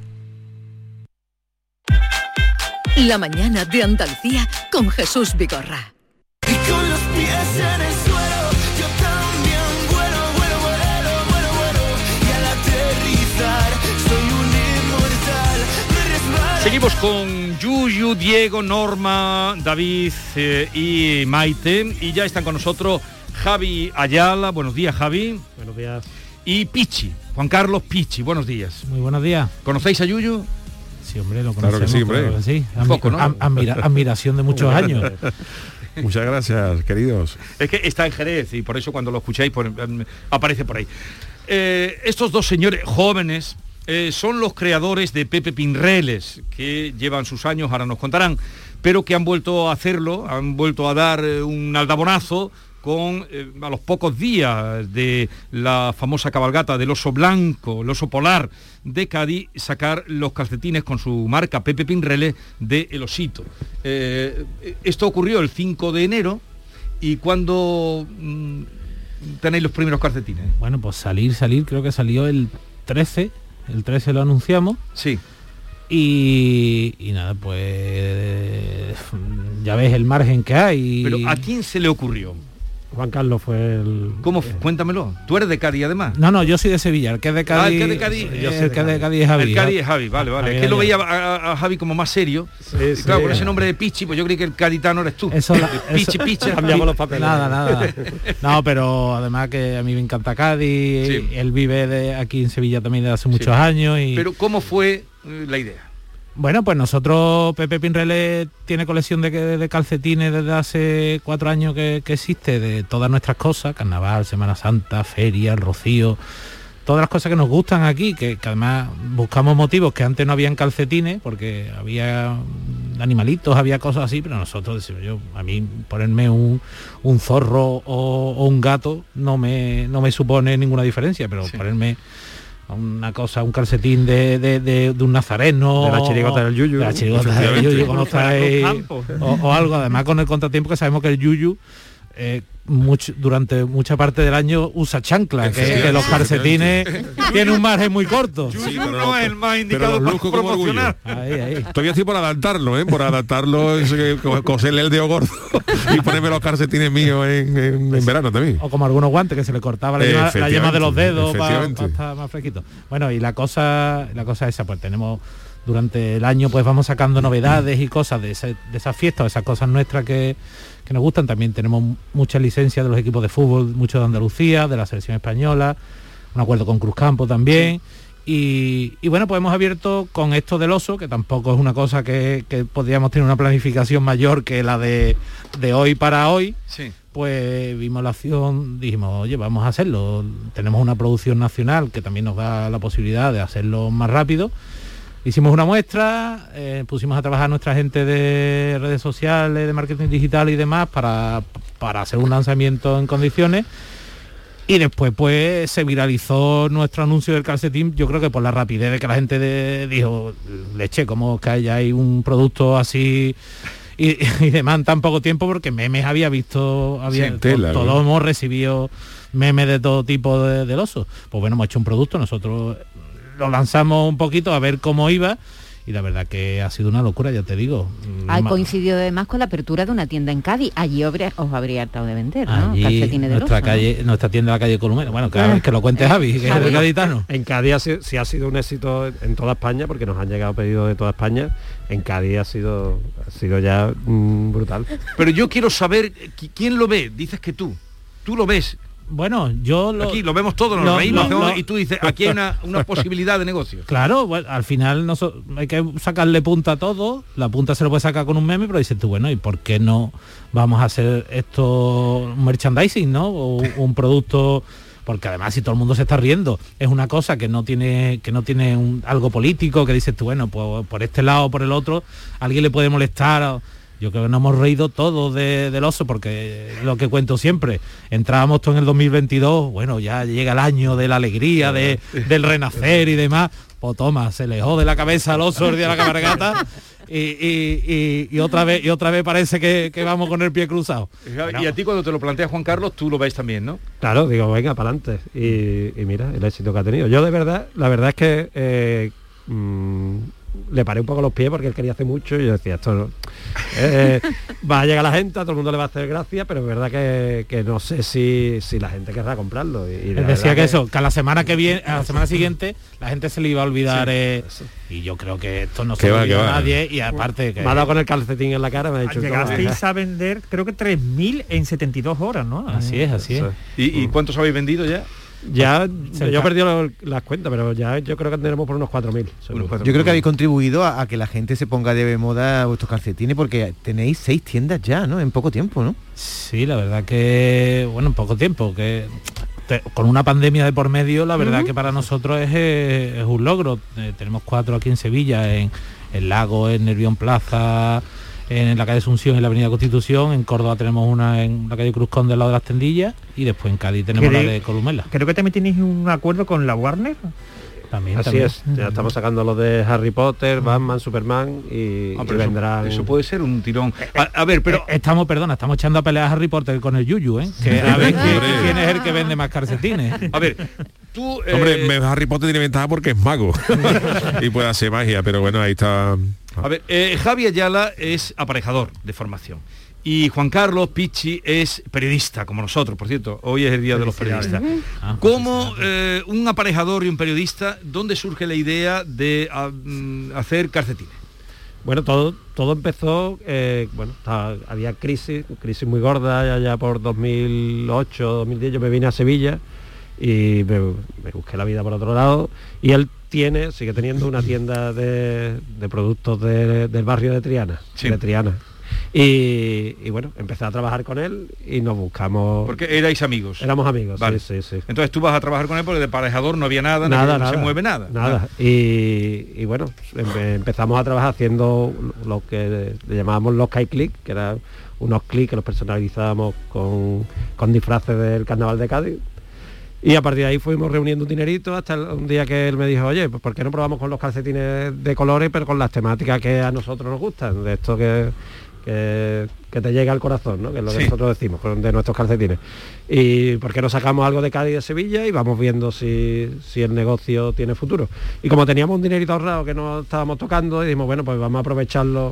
La mañana de Andalucía con Jesús Vigorra. Y con los pies en el suelo, yo también vuelo, vuelo, vuelo, vuelo, vuelo. Y al aterrizar, soy un inmortal. Me resbalo. Seguimos con Yuyu, Diego, Norma, David eh, y Maite. Y ya están con nosotros Javi Ayala. Buenos días, Javi. Buenos días. Y Pichi, Juan Carlos Pichi. Buenos días. Muy buenos días. ¿Conocéis a Yuyu? Sí, hombre, lo conocemos. Claro que sí, hombre. Claro que sí. Un poco, ¿no? Admira, admiración de muchos años. Muchas gracias, queridos. Es que está en Jerez y por eso cuando lo escucháis pues, um, aparece por ahí. Eh, estos dos señores jóvenes eh, son los creadores de Pepe Pinreles, que llevan sus años, ahora nos contarán, pero que han vuelto a hacerlo, han vuelto a dar eh, un aldabonazo con eh, a los pocos días de la famosa cabalgata del oso blanco, el oso polar de Cádiz, sacar los calcetines con su marca Pepe Pinreles de El Osito. Eh, esto ocurrió el cinco de enero y ¿cuándo mmm, tenéis los primeros calcetines? Bueno, pues salir, salir, creo que salió el trece, el trece lo anunciamos. Sí. Y, y nada, pues ya ves el margen que hay. Pero ¿a quién se le ocurrió? Juan Carlos fue el... ¿Cómo? Cuéntamelo. ¿Tú eres de Cádiz además? No, no, yo soy de Sevilla. El que es de Cádiz... Ah, el que es de Cádiz... Yo el que es de Cádiz es Javi. El Cádiz es Javi, vale, vale. Javi, es que lo Javi. veía a, a Javi como más serio. Sí, y sí, claro, con sí. ese nombre de Pichi, pues yo creí que el gaditano eres tú. Eso, la, Pichi, eso, Picha. Cambiamos los papeles. Nada, nada. No, pero además que a mí me encanta Cádiz. Sí. Él vive de aquí en Sevilla también desde hace muchos sí. años. Y... Pero ¿cómo fue eh, la idea? Bueno, pues nosotros, Pepe Pinreles tiene colección de, de calcetines desde hace cuatro años que, que existe, de todas nuestras cosas, Carnaval, Semana Santa, Feria, el Rocío, todas las cosas que nos gustan aquí, que, que además buscamos motivos que antes no habían calcetines, porque había animalitos, había cosas así, pero nosotros decimos, yo, a mí ponerme un, un zorro o, o un gato no me, no me supone ninguna diferencia, pero sí. ponerme... una cosa, un calcetín de, de, de, de un nazareno, de la chirigota del Yuyu, de la chirigota del Yuyu, como estáis, o, o algo, además con el contratiempo que sabemos que el Yuyu eh, mucho, durante mucha parte del año usa chancla, que, que los calcetines tienen un margen muy corto. Sí, pero no es el más indicado para promocionar. Ahí, ahí. Todavía estoy por adaptarlo, ¿eh? Por adaptarlo, es, eh, coserle el dedo gordo y ponerme los calcetines míos en, en, en verano también. O como algunos guantes que se le cortaba la, yema, la yema de los dedos para pa estar más fresquito. Bueno, y la cosa, la cosa esa, pues tenemos durante el año, pues vamos sacando novedades y cosas de, ese, de esas fiestas, esas cosas nuestras que, que nos gustan. También tenemos muchas licencias de los equipos de fútbol, mucho de Andalucía, de la selección española, un acuerdo con Cruzcampo también. Y, y bueno, pues hemos abierto con esto del oso, que tampoco es una cosa que, que podríamos tener una planificación mayor que la de, de hoy para hoy. Sí. Pues vimos la acción, dijimos, oye, vamos a hacerlo. Tenemos una producción nacional que también nos da la posibilidad de hacerlo más rápido. Hicimos una muestra, eh, pusimos a trabajar a nuestra gente de redes sociales, de marketing digital y demás para, para hacer un lanzamiento en condiciones. Y después pues se viralizó nuestro anuncio del calcetín, yo creo que por la rapidez de que la gente de, dijo, leche, como que hay un producto así y, y demás en tan poco tiempo, porque memes había visto, había, sí, tela, todos ¿no? hemos recibido memes de todo tipo de, del oso. Pues bueno, hemos hecho un producto, nosotros lo lanzamos un poquito a ver cómo iba y la verdad que ha sido una locura, ya te digo. Ha coincidido además con la apertura de una tienda en Cádiz. Allí habría, os habría hartado de vender, ¿no? Allí, calcetines de nuestra oso, calle, ¿no? nuestra tienda de la calle Columena. Bueno, cada vez que lo cuente Javi, que Javi. es el gaditano. En Cádiz ha sido, sí ha sido un éxito en toda España, porque nos han llegado pedidos de toda España. En Cádiz ha sido, ha sido ya mmm, brutal. Pero yo quiero saber quién lo ve. Dices que tú. Tú lo ves. Bueno, yo lo... Aquí lo vemos todos, nos lo, reímos, lo, lo, lo, y tú dices, aquí hay una, una posibilidad de negocio. Claro, bueno, al final no so, hay que sacarle punta a todo, la punta se lo puede sacar con un meme, pero dices tú, bueno, ¿y por qué no vamos a hacer esto un merchandising, ¿no? O un producto... Porque además si todo el mundo se está riendo, es una cosa que no tiene que no tiene un, algo político, que dices tú, bueno, pues por este lado o por el otro, a alguien le puede molestar... Yo creo que nos hemos reído todos de, del oso, porque lo que cuento siempre, entrábamos todos en el dos mil veintidós, bueno, ya llega el año de la alegría, de, del renacer y demás, pues toma, se le jode la cabeza al oso el día de la cabalgata y, y, y, y otra vez y otra vez parece que, que vamos con el pie cruzado. Y a ti cuando te lo plantea Juan Carlos, tú lo ves también, ¿no? Claro, digo, venga, para adelante. Y, y mira, el éxito que ha tenido. Yo de verdad, la verdad es que eh, mmm, le paré un poco los pies porque él quería hacer mucho y yo decía, esto no, eh, va a llegar la gente, a todo el mundo le va a hacer gracia, pero es verdad que, que no sé si, si la gente querrá comprarlo. Y, y él decía que, que eso, que a la semana que viene, a la semana siguiente, la gente se le iba a olvidar, sí, eh, y yo creo que esto no se lo olvida a nadie, y aparte que... Me ha dado con el calcetín en la cara, me ha dicho... Llegasteis a vender, creo que tres mil en setenta y dos horas, ¿no? Así es, así es. ¿Y, y cuántos habéis vendido ya? Ya, yo he perdido las cuentas, pero ya yo creo que tendremos por unos cuatro mil. Yo creo que habéis contribuido a, a que la gente se ponga de moda vuestros calcetines, porque tenéis seis tiendas ya, ¿no? En poco tiempo, ¿no? Sí, la verdad que, bueno, en poco tiempo, que te, con una pandemia de por medio, la verdad uh-huh. que para nosotros es, es un logro. Eh, tenemos cuatro aquí en Sevilla, en el Lago, en Nervión Plaza, en la calle Asunción, en la avenida Constitución, en Córdoba tenemos una en la calle Cruz Conde al lado de las Tendillas, y después en Cádiz tenemos la de Columela. Creo que también tenéis un acuerdo con la Warner. También, Así también. es, ya estamos sacando los de Harry Potter, Batman, Superman y, ah, y vendrán... Eso, eso puede ser un tirón. A, a ver, pero... Estamos, perdona, estamos echando a pelear a Harry Potter con el Yuyu, ¿eh? Que a ver quién, quién es el que vende más calcetines. A ver, tú... Eh... Hombre, Harry Potter tiene ventaja porque es mago y puede hacer magia, pero bueno, ahí está... A ver, eh, Javi Ayala es aparejador de formación. Y Juan Carlos Pichi es periodista, como nosotros, por cierto. Hoy es el día de los periodistas. Ah, como eh, un aparejador y un periodista, ¿dónde surge la idea de a, mm, hacer calcetines? Bueno, todo todo empezó, eh, bueno, estaba, había crisis, crisis muy gorda, ya, ya por dos mil ocho, dos mil diez yo me vine a Sevilla y me, me busqué la vida por otro lado, y él tiene, sigue teniendo una tienda de, de productos de, del barrio de Triana, sí. de Triana. Y, y bueno, empecé a trabajar con él y nos buscamos... Porque erais amigos. Éramos amigos, vale. sí, sí, sí. Entonces tú vas a trabajar con él porque de aparejador no había nada, nada, no nada, se mueve nada. Nada. nada. Y, y bueno, empe empezamos a trabajar haciendo lo que le llamábamos los Kai Click, que eran unos clics que los personalizábamos con, con disfraces del Carnaval de Cádiz. Y a partir de ahí fuimos reuniendo un dinerito hasta el, un día que él me dijo, oye, pues ¿por qué no probamos con los calcetines de colores, pero con las temáticas que a nosotros nos gustan? De esto que... Que, que te llega al corazón, ¿no? Que es lo que sí. nosotros decimos de nuestros calcetines. Y por qué no sacamos algo de Cádiz y de Sevilla y vamos viendo si, si el negocio tiene futuro. Y como teníamos un dinerito ahorrado que no estábamos tocando, y dijimos, bueno, pues vamos a aprovecharlo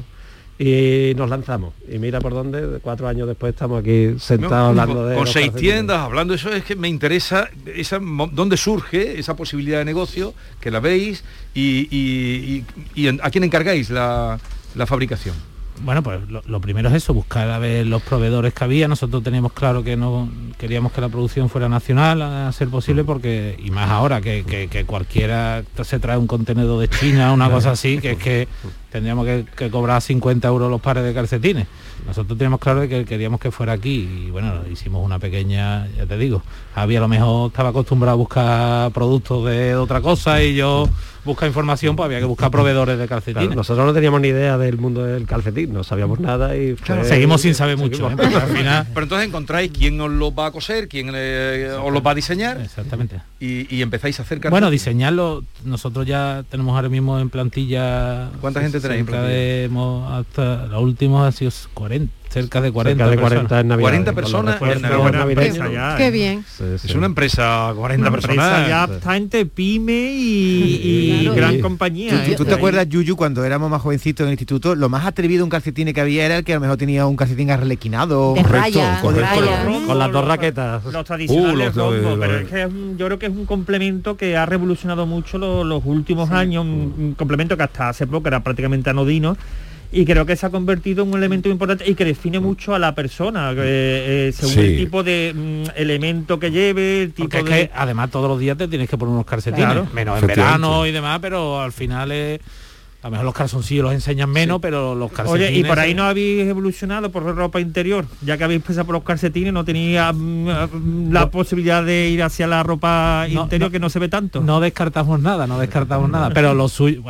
y nos lanzamos. Y mira por dónde, cuatro años después estamos aquí sentados no, hablando con, de... Con seis tiendas, hablando de eso, es que me interesa esa, dónde surge esa posibilidad de negocio, que la veis, y, y, y, y a quién encargáis la, la fabricación. Bueno, pues lo, lo primero es eso, buscar a ver los proveedores que había. Nosotros teníamos claro que no queríamos que la producción fuera nacional, a ser posible, porque, y más ahora, que, que, que cualquiera se trae un contenedor de China, una cosa así, que es que tendríamos que, que cobrar cincuenta euros los pares de calcetines. Nosotros teníamos claro que queríamos que fuera aquí, y bueno, hicimos una pequeña, ya te digo, Javi a lo mejor estaba acostumbrado a buscar productos de otra cosa y yo buscar información, pues había que buscar proveedores de calcetines. Claro, nosotros no teníamos ni idea del mundo del calcetín, no sabíamos nada y fue... claro, seguimos sin saber mucho, ¿eh? Al final... Pero entonces encontráis quién os los va a coser, quién eh, os los va a diseñar. Exactamente. Y, y empezáis a hacer calcetines. Bueno, diseñarlo, nosotros ya tenemos ahora mismo en plantilla... ¿Cuánta gente tenéis en plantilla? De, hemos, hasta los últimos ha sido cuarenta, cerca de cuarenta, cerca de cuarenta en Navidad. cuarenta personas en Navidad. Qué bien. Sí, sí. Es una empresa, cuarenta una personas. Empresa ya está entre pyme y, y claro, gran y, compañía. ¿Tú, ¿eh? ¿Tú te acuerdas, Yuyu, cuando éramos más jovencitos en el instituto, lo más atrevido un calcetín que había era el que a lo mejor tenía un calcetín arlequinado? De raya, con, de raya. Con, con las dos raquetas. Los tradicionales uh, los, rombos, pero es que es un, yo creo que es un complemento que ha revolucionado mucho lo, los últimos sí. años, un, un complemento que hasta hace poco era prácticamente anodino, y creo que se ha convertido en un elemento importante y que define mucho a la persona, eh, eh, según sí. el tipo de mm, elemento que lleve, el tipo Porque de... es que además todos los días te tienes que poner unos calcetines, claro. menos en verano y demás, pero al final es... A lo mejor los calzoncillos los enseñan menos, sí. pero los calcetines... Oye, y por ahí no habéis evolucionado por ropa interior, ya que habéis empezado por los calcetines, no tenía mm, la no. posibilidad de ir hacia la ropa no, interior, no, que no se ve tanto. No descartamos nada, no descartamos nada, pero lo suyo, bueno...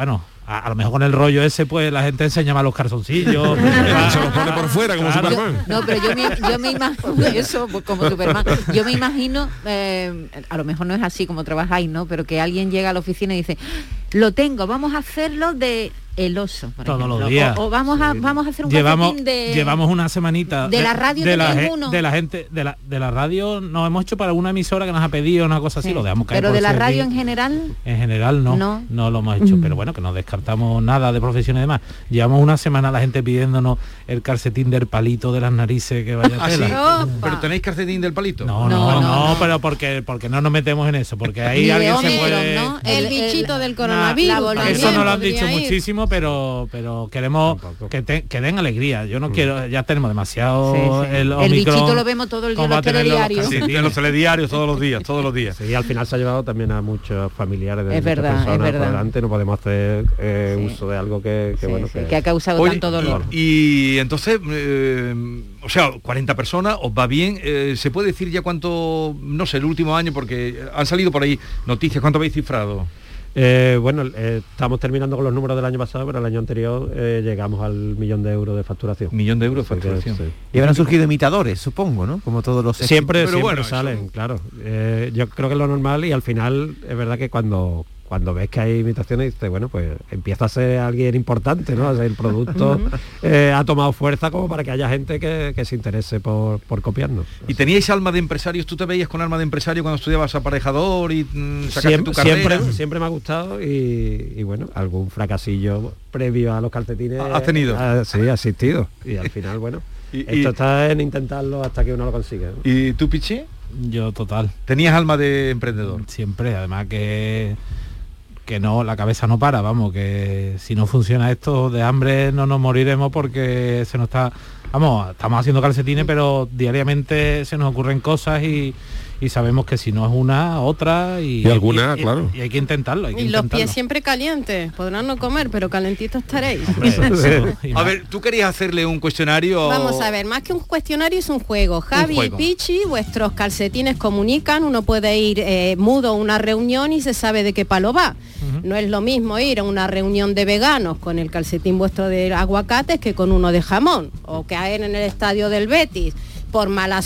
a, a lo mejor con el rollo ese, pues la gente enseña más los calzoncillos. Se los pone por fuera como Claro. Superman. No, pero yo me, yo me imagino eso, pues, como Superman. Yo me imagino, eh, a lo mejor no es así como trabajáis, ¿no? Pero que alguien llega a la oficina y dice, lo tengo, vamos a hacerlo de el oso, por Todos ejemplo. los días. O, o vamos a vamos a hacer un llevamos calcetín de llevamos una semanita de la radio de la, tenéis ge- uno. de la gente de la de la radio nos hemos hecho para una emisora que nos ha pedido una cosa así, Sí. lo dejamos caer. Pero por de la ser radio bien. en general, En general no, No. no, lo hemos hecho, Mm. pero bueno, que no descartamos nada de profesiones y demás. Llevamos una semana la gente pidiéndonos el calcetín del palito de las narices que vaya ¿Ah, sí? tela. ¿Pero tenéis calcetín del palito? No, no, no, pero porque porque no nos metemos en eso, porque ahí Ni de alguien se Omicron, puede ¿no? El, El- bichito el- del la coronavirus. volvía- Eso no lo han podría dicho ir. muchísimo, pero pero queremos que, te- que den alegría. Yo no quiero, ya tenemos demasiado Sí, sí. el El Omicron. bichito lo vemos todo el día ¿Cómo en va los a tener los telediarios. Sí, calcetines? de los telediarios todos los días, todos los días. Sí, al final se ha llevado también a muchos familiares de Es muchas verdad, es personas por verdad. delante, no podemos hacer eh, Sí. uso de algo que, que Sí, bueno sí, que ha causado Oye, tanto dolor. Y, y entonces, eh, o sea, cuarenta personas, ¿os va bien? Eh, ¿Se puede decir ya cuánto, no sé, el último año, porque han salido por ahí noticias, cuánto habéis cifrado? Eh, bueno, eh, estamos terminando con los números del año pasado, pero el año anterior eh, llegamos al millón de euros de facturación. Millón de euros de Así que, facturación. sí. Y habrán surgido imitadores, supongo, ¿no? Como todos los Siempre, Pero siempre bueno, salen, eso- claro. Eh, yo creo que es lo normal y al final es verdad que cuando cuando ves que hay imitaciones dices, bueno, pues empieza a ser alguien importante, ¿no? O sea, el producto eh, ha tomado fuerza como para que haya gente que, que se interese por, por copiarnos. ¿Y teníais alma de empresarios? ¿Tú te veías con alma de empresario cuando estudiabas aparejador y mm, sacaste Siempre, tu carrera? siempre, siempre me ha gustado y, y bueno, algún fracasillo previo a los calcetines. ¿Has tenido? ah, sí, ha asistido. Y al final, bueno, Y- esto y- está en intentarlo hasta que uno lo consigue, ¿no? ¿Y tú, Pichi? Yo total. ¿Tenías alma de emprendedor? Siempre, además que que no, la cabeza no para, vamos, que si no funciona esto de hambre no nos moriremos porque se nos está, vamos, estamos haciendo calcetines, pero diariamente se nos ocurren cosas y, y sabemos que si no es una, otra y, Y alguna, y- claro. y hay que intentarlo, hay que Y los intentarlo. pies siempre calientes. Podrán no comer, pero calentitos estaréis. Eso, y A más. ver, ¿tú querías hacerle un cuestionario? Vamos a ver, más que un cuestionario es un juego. Javi juego. y Pichi, vuestros calcetines comunican, uno puede ir eh, mudo a una reunión y se sabe de qué palo va. No es lo mismo ir a una reunión de veganos con el calcetín vuestro de aguacates que con uno de jamón, o caer en el estadio del Betis por mala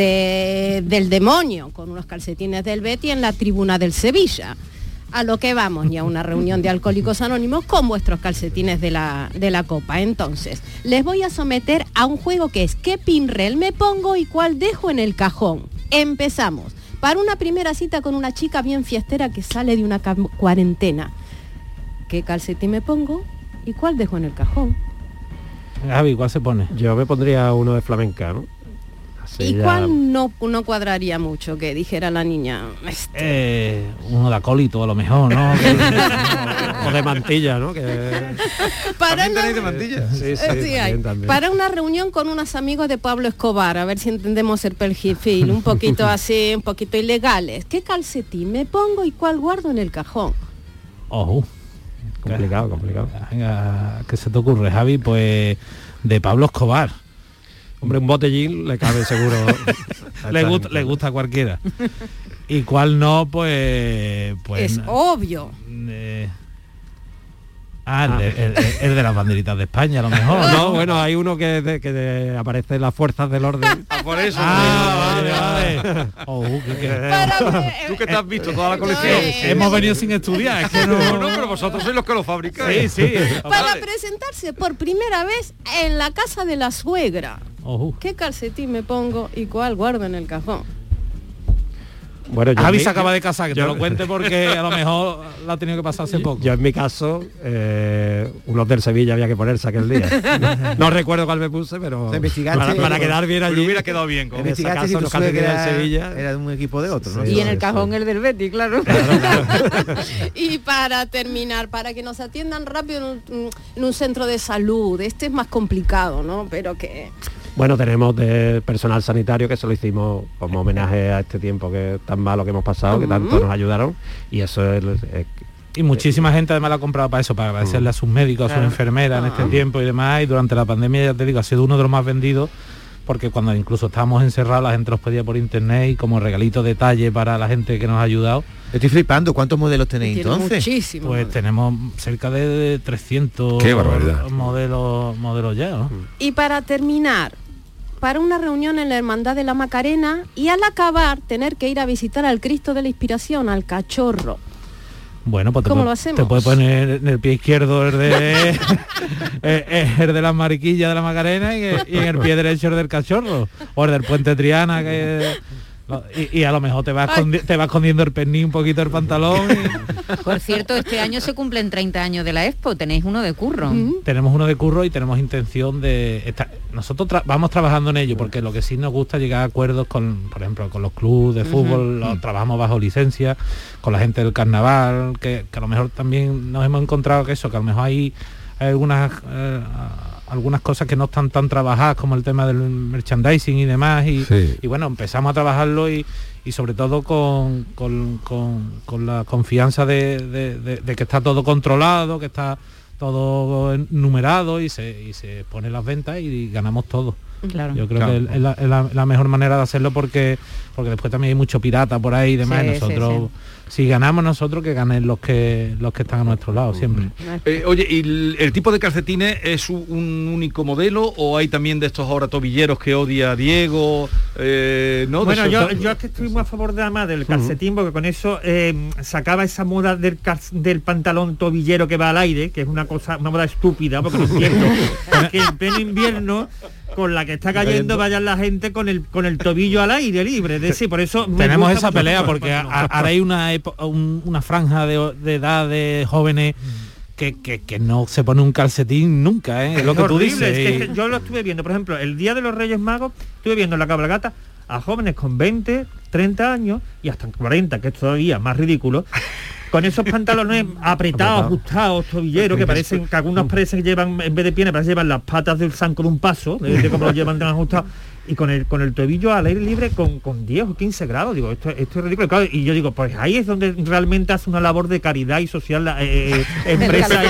suerte del demonio con unos calcetines del Betis en la tribuna del Sevilla. A lo que vamos, y a una reunión de Alcohólicos Anónimos con vuestros calcetines de la, de la copa. Entonces, les voy a someter a un juego que es ¿qué pinrel me pongo y cuál dejo en el cajón? Empezamos. Para una primera cita con una chica bien fiestera que sale de una cam- cuarentena. ¿Qué calcetín me pongo y cuál dejo en el cajón? Javi, ¿cuál se pone? Yo me pondría uno de flamenca, ¿no? Así ¿Y ya- cuál no, no cuadraría mucho? Que dijera la niña. "Este". Eh, uno de acólito a lo mejor, ¿no? o de mantilla, ¿no? Que... Para ¿También una- tenéis de mantilla? Sí, sí, Eh, sí, hay. también, también. Para una reunión con unos amigos de Pablo Escobar, a ver si entendemos el perfil, un poquito así, un poquito ilegales. ¿Qué calcetín me pongo y cuál guardo en el cajón? Ojo. Complicado, complicado. Venga, ¿qué se te ocurre, Javi? Pues de Pablo Escobar. Hombre, un botellín le cabe seguro. le, gusta, le gusta a cualquiera. Y cuál no, pues... pues es obvio. eh, ah, el de, el- el de las banderitas de España, a lo mejor. No, bueno, hay uno que, de- que de- aparece en las fuerzas del orden. Ah, por eso. Ah, vale, vale. Oh, que- que- Tú que te has visto toda la colección. Eh, Hemos venido sin estudiar, es que no... No, no, pero vosotros sois los que lo fabricáis. Sí, sí. Para Vale. presentarse por primera vez en la casa de la suegra. Ojo. ¿Qué calcetín me pongo y cuál guardo en el cajón? Bueno, yo Javi en mi- se acaba de casar, que yo- te lo cuente porque a lo mejor la ha tenido que pasar hace poco. Yo en mi caso, eh, unos del Sevilla había que ponerse aquel día. No, no recuerdo cuál me puse, pero O sea, investigaste- para, para quedar bien Pero allí. hubiera quedado bien. Con... En esa Investigaste si casa tu unos calcetines suegra del Sevilla. era de un equipo de otro, ¿no? Sí, Y en el sí, cajón sí. el del Betty, claro. Y para terminar, para que nos atiendan rápido en un, en un centro de salud, este es más complicado, ¿no? Pero que... Bueno, tenemos de personal sanitario que se lo hicimos como homenaje a este tiempo que tan malo que hemos pasado, que tanto nos ayudaron. Y eso es... es- Y muchísima gente además la ha comprado para eso, para agradecerle a sus médicos, a sus Claro. enfermeras en este tiempo y demás. Y durante la pandemia, ya te digo, ha sido uno de los más vendidos porque cuando incluso estábamos encerrados la gente los pedía por internet y como regalito detalle para la gente que nos ha ayudado. Estoy flipando, ¿cuántos modelos tenéis entonces? Muchísimos. Pues tenemos cerca de trescientos Qué barbaridad. modelos modelos ya, ¿no? Y para terminar, para una reunión en la Hermandad de la Macarena y al acabar tener que ir a visitar al Cristo de la Inspiración, al Cachorro. Bueno, pues te, ¿Cómo puede- lo hacemos? te puedes poner en el pie izquierdo el de eh, el de las mariquillas de la Macarena y, y en el pie derecho el del Cachorro o el del Puente Triana que y, y a lo mejor te va, escondi- te va escondiendo el pernil un poquito el pantalón y... Por cierto, este año se cumplen treinta años de la Expo, tenéis uno de curro. Tenemos uno de curro y tenemos intención de estar, nosotros tra- vamos trabajando en ello porque lo que sí nos gusta es llegar a acuerdos con, por ejemplo, con los clubes de fútbol, Ujú. lo trabajamos bajo licencia, con la gente del carnaval, que, que a lo mejor también nos hemos encontrado que eso, que a lo mejor hay, hay algunas eh, algunas cosas que no están tan trabajadas como el tema del merchandising y demás y, Sí. y bueno, empezamos a trabajarlo y, y sobre todo con, con, con- con la confianza de, de- de- de que está todo controlado, que está todo numerado y se, y se pone las ventas y ganamos todo. Claro. Yo creo Claro. que es la, es la- la mejor manera de hacerlo porque porque después también hay mucho pirata por ahí y demás. Sí, y sí, nosotros, si ganamos nosotros, que ganen los que los que están a nuestro lado siempre. Eh, oye, ¿y el, el tipo de calcetines es un, un único modelo o hay también de estos ahora tobilleros que odia Diego? Eh, ¿no? De Bueno, esos- yo, yo es que estoy muy a favor de además del calcetín, porque con eso eh, sacaba esa moda del, cal- del pantalón tobillero que va al aire, que es una cosa, una moda estúpida, porque no entiendo que en pleno invierno, con la que está cayendo, vayan la gente con el con el tobillo al aire libre. Es decir, por eso me Tenemos gusta esa mucho pelea el porque a- pantalón. ahora hay una, epo- un- una franja de, de edad de jóvenes que, que, que no se pone un calcetín nunca, ¿eh? Es lo que tú horrible, dices. es que y- es que yo lo estuve viendo, por ejemplo, el día de los Reyes Magos, estuve viendo en la cabalgata a jóvenes con veinte, treinta años y hasta cuarenta, que es todavía más ridículo, con esos pantalones apretados, ajustados, tobilleros, que parecen que algunos parecen que llevan, en vez de piernas, parece que llevan las patas del zanco de un paso, de, de cómo lo llevan tan ajustados, y con el con el tobillo al aire libre con, con diez o quince grados. Digo, esto, esto es ridículo. Claro, y yo digo, pues ahí es donde realmente hace una labor de caridad y social la eh, empresa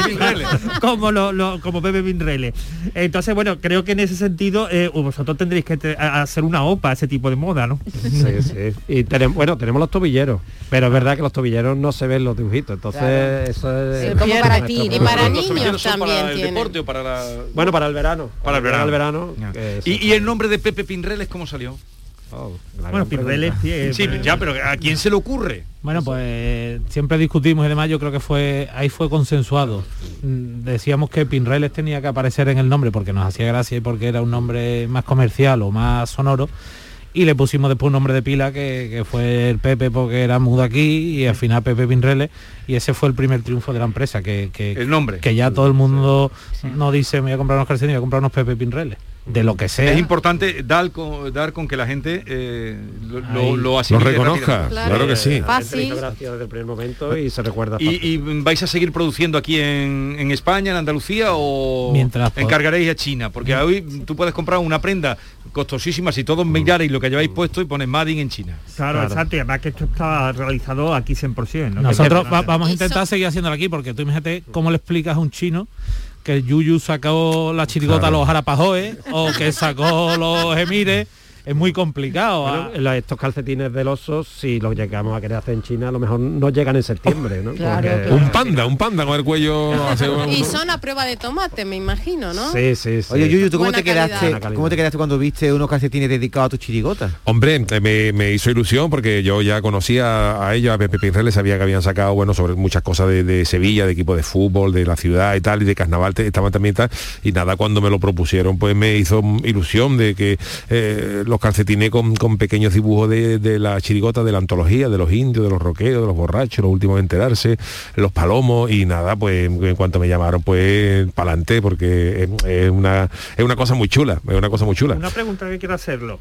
como lo, lo- como Pepe Pinrele. Entonces, bueno, creo que en ese sentido eh, vosotros tendréis que te- a- hacer una OPA a ese tipo de moda, ¿no? Sí, sí. Y tenemos, bueno, tenemos los tobilleros, pero es verdad que los tobilleros no se ven los dibujitos, entonces Claro. eso es... Sí, como para ti, y para ¿Los niños tobilleros son también para el tienen. deporte o para la...? Bueno, para el verano. Para el verano. Para el verano. que eso- ¿Y, y el nombre de Pepe Pinreles cómo salió? Oh, la Bueno, gran Pinrele, pregunta. sí, eh, Sí, ya, pero ¿a quién se le ocurre? Bueno, pues siempre discutimos y demás, yo creo que fue ahí fue consensuado. Mm, Decíamos que Pinreles tenía que aparecer en el nombre porque nos hacía gracia y porque era un nombre más comercial o más sonoro. Y le pusimos después un nombre de pila que, que fue el Pepe porque era mudo aquí y al final Pepe Pinreles y ese fue el primer triunfo de la empresa que, que, El nombre. que ya todo el mundo no dice me voy a comprar unos calcetines, voy a comprar unos Pepe Pinreles. De lo que sea. Es importante dar con, dar con que la gente eh, lo, lo, Ahí. lo Lo asimile reconozca, rápidamente. claro, que sí. La gente le Fácil. hizo gracia desde el primer momento y se recuerda ¿Y, fácil. y vais a seguir produciendo aquí en, en España, en Andalucía o Mientras po- encargaréis a China? Porque hoy tú puedes comprar una prenda costosísima si todos mirarais lo que lleváis puesto y pones Made in en China. Claro, Claro. exacto, y además que esto está realizado aquí cien por ciento, ¿no? Nosotros Que- va- vamos a intentar Eso- seguir haciéndolo aquí porque tú imagínate cómo le explicas a un chino que el Yuyu sacó la chirigota Claro. a los Arapajoes o que sacó los Emires. Es muy complicado. Bueno, ah. la- estos calcetines del oso, si los llegamos a querer hacer en China, a lo mejor no llegan en septiembre, ¿no? Claro, Porque- claro. Un panda, un panda con el cuello... hace un- Y son a prueba de tomate, me imagino, ¿no? Sí, sí, sí. Oye, Yuyu, ¿tú cómo Buena te, quedaste, calidad. Buena calidad. ¿cómo te quedaste cuando viste unos calcetines dedicados a tu chirigota? Hombre, eh, me, me hizo ilusión porque yo ya conocía a ellos, a Pepe Pinreles, sabía que habían sacado, bueno, sobre muchas cosas de, de Sevilla, de equipo de fútbol, de la ciudad y tal, y de carnaval te- estaban también tal, y nada, cuando me lo propusieron, pues me hizo ilusión de que eh, los calcetines con, con pequeños dibujos de, de la chirigota, de la antología, de los indios, de los roqueros, de los borrachos, los últimos a enterarse, los palomos, y nada, pues en cuanto me llamaron, pues pa'lante, porque es, es una, es una cosa muy chula, es una cosa muy chula. Una pregunta que quiero hacerlo.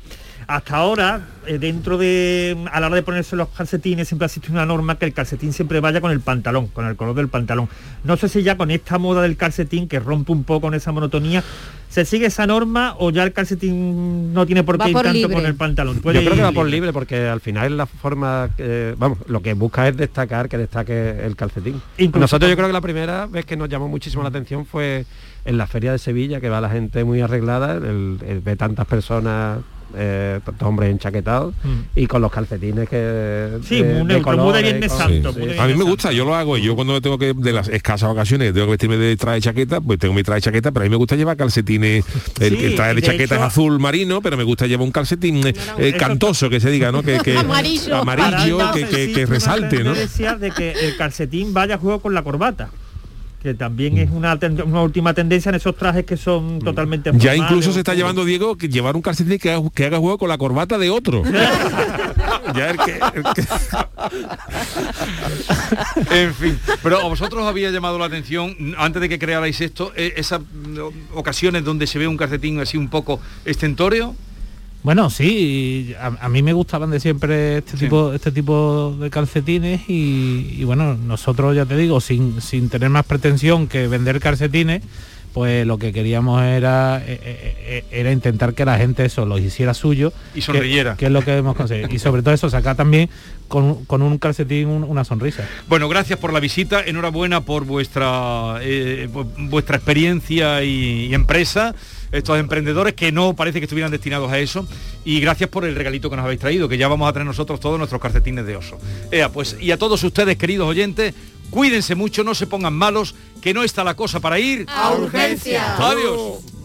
Hasta ahora, eh, dentro de, a la hora de ponerse los calcetines, siempre existe una norma que el calcetín siempre vaya con el pantalón, con el color del pantalón. No sé si ya con esta moda del calcetín, que rompe un poco con esa monotonía, ¿se sigue esa norma o ya el calcetín no tiene por qué ir tanto libre con el pantalón? Yo creo que va por libre, porque al final la forma, que, vamos, lo que busca es destacar, que destaque el calcetín. Incluso nosotros yo creo que la primera vez que nos llamó muchísimo la atención fue en la feria de Sevilla, que va la gente muy arreglada, el, el, ve tantas personas, eh, tantos hombres enchaquetados mm. y con los calcetines que sí, de, muy neutro, de muy de Viernes Santo. Sí. Sí. A mí me gusta, yo lo hago, y yo cuando tengo que, de las escasas ocasiones, tengo que vestirme de traje de chaqueta, pues tengo mi traje de chaqueta, pero a mí me gusta llevar calcetines, el, sí, el traje de, de chaqueta hecho, es azul marino, pero me gusta llevar un calcetín no, no, eh, cantoso, que se diga, ¿no? Que, que amarillo, amarillo que, que, que resalte, ¿no? Decía de que el calcetín vaya a juego con la corbata, que también es una, una última tendencia en esos trajes que son totalmente ya formales, incluso se está llevando, Diego, que llevar un calcetín que haga, que haga juego con la corbata de otro. Ya el que, el que... En fin, pero a vosotros os había llamado la atención, antes de que crearais esto, esas ocasiones donde se ve un calcetín así un poco estentóreo. Bueno, sí, a, a mí me gustaban de siempre este sí. tipo este tipo de calcetines y, y bueno, nosotros, ya te digo, sin, sin tener más pretensión que vender calcetines, pues lo que queríamos era eh, era intentar que la gente eso los hiciera suyo y sonriera, que, que es lo que hemos conseguido, y sobre todo eso, sacar también con, con un calcetín un, una sonrisa. Bueno, gracias por la visita, enhorabuena por vuestra eh, vuestra experiencia y, y empresa, estos emprendedores que no parece que estuvieran destinados a eso, y gracias por el regalito que nos habéis traído, que ya vamos a traer nosotros todos nuestros calcetines de oso. Ea, pues, y a todos ustedes, queridos oyentes, cuídense mucho, no se pongan malos, que no está la cosa para ir a urgencia. Adiós.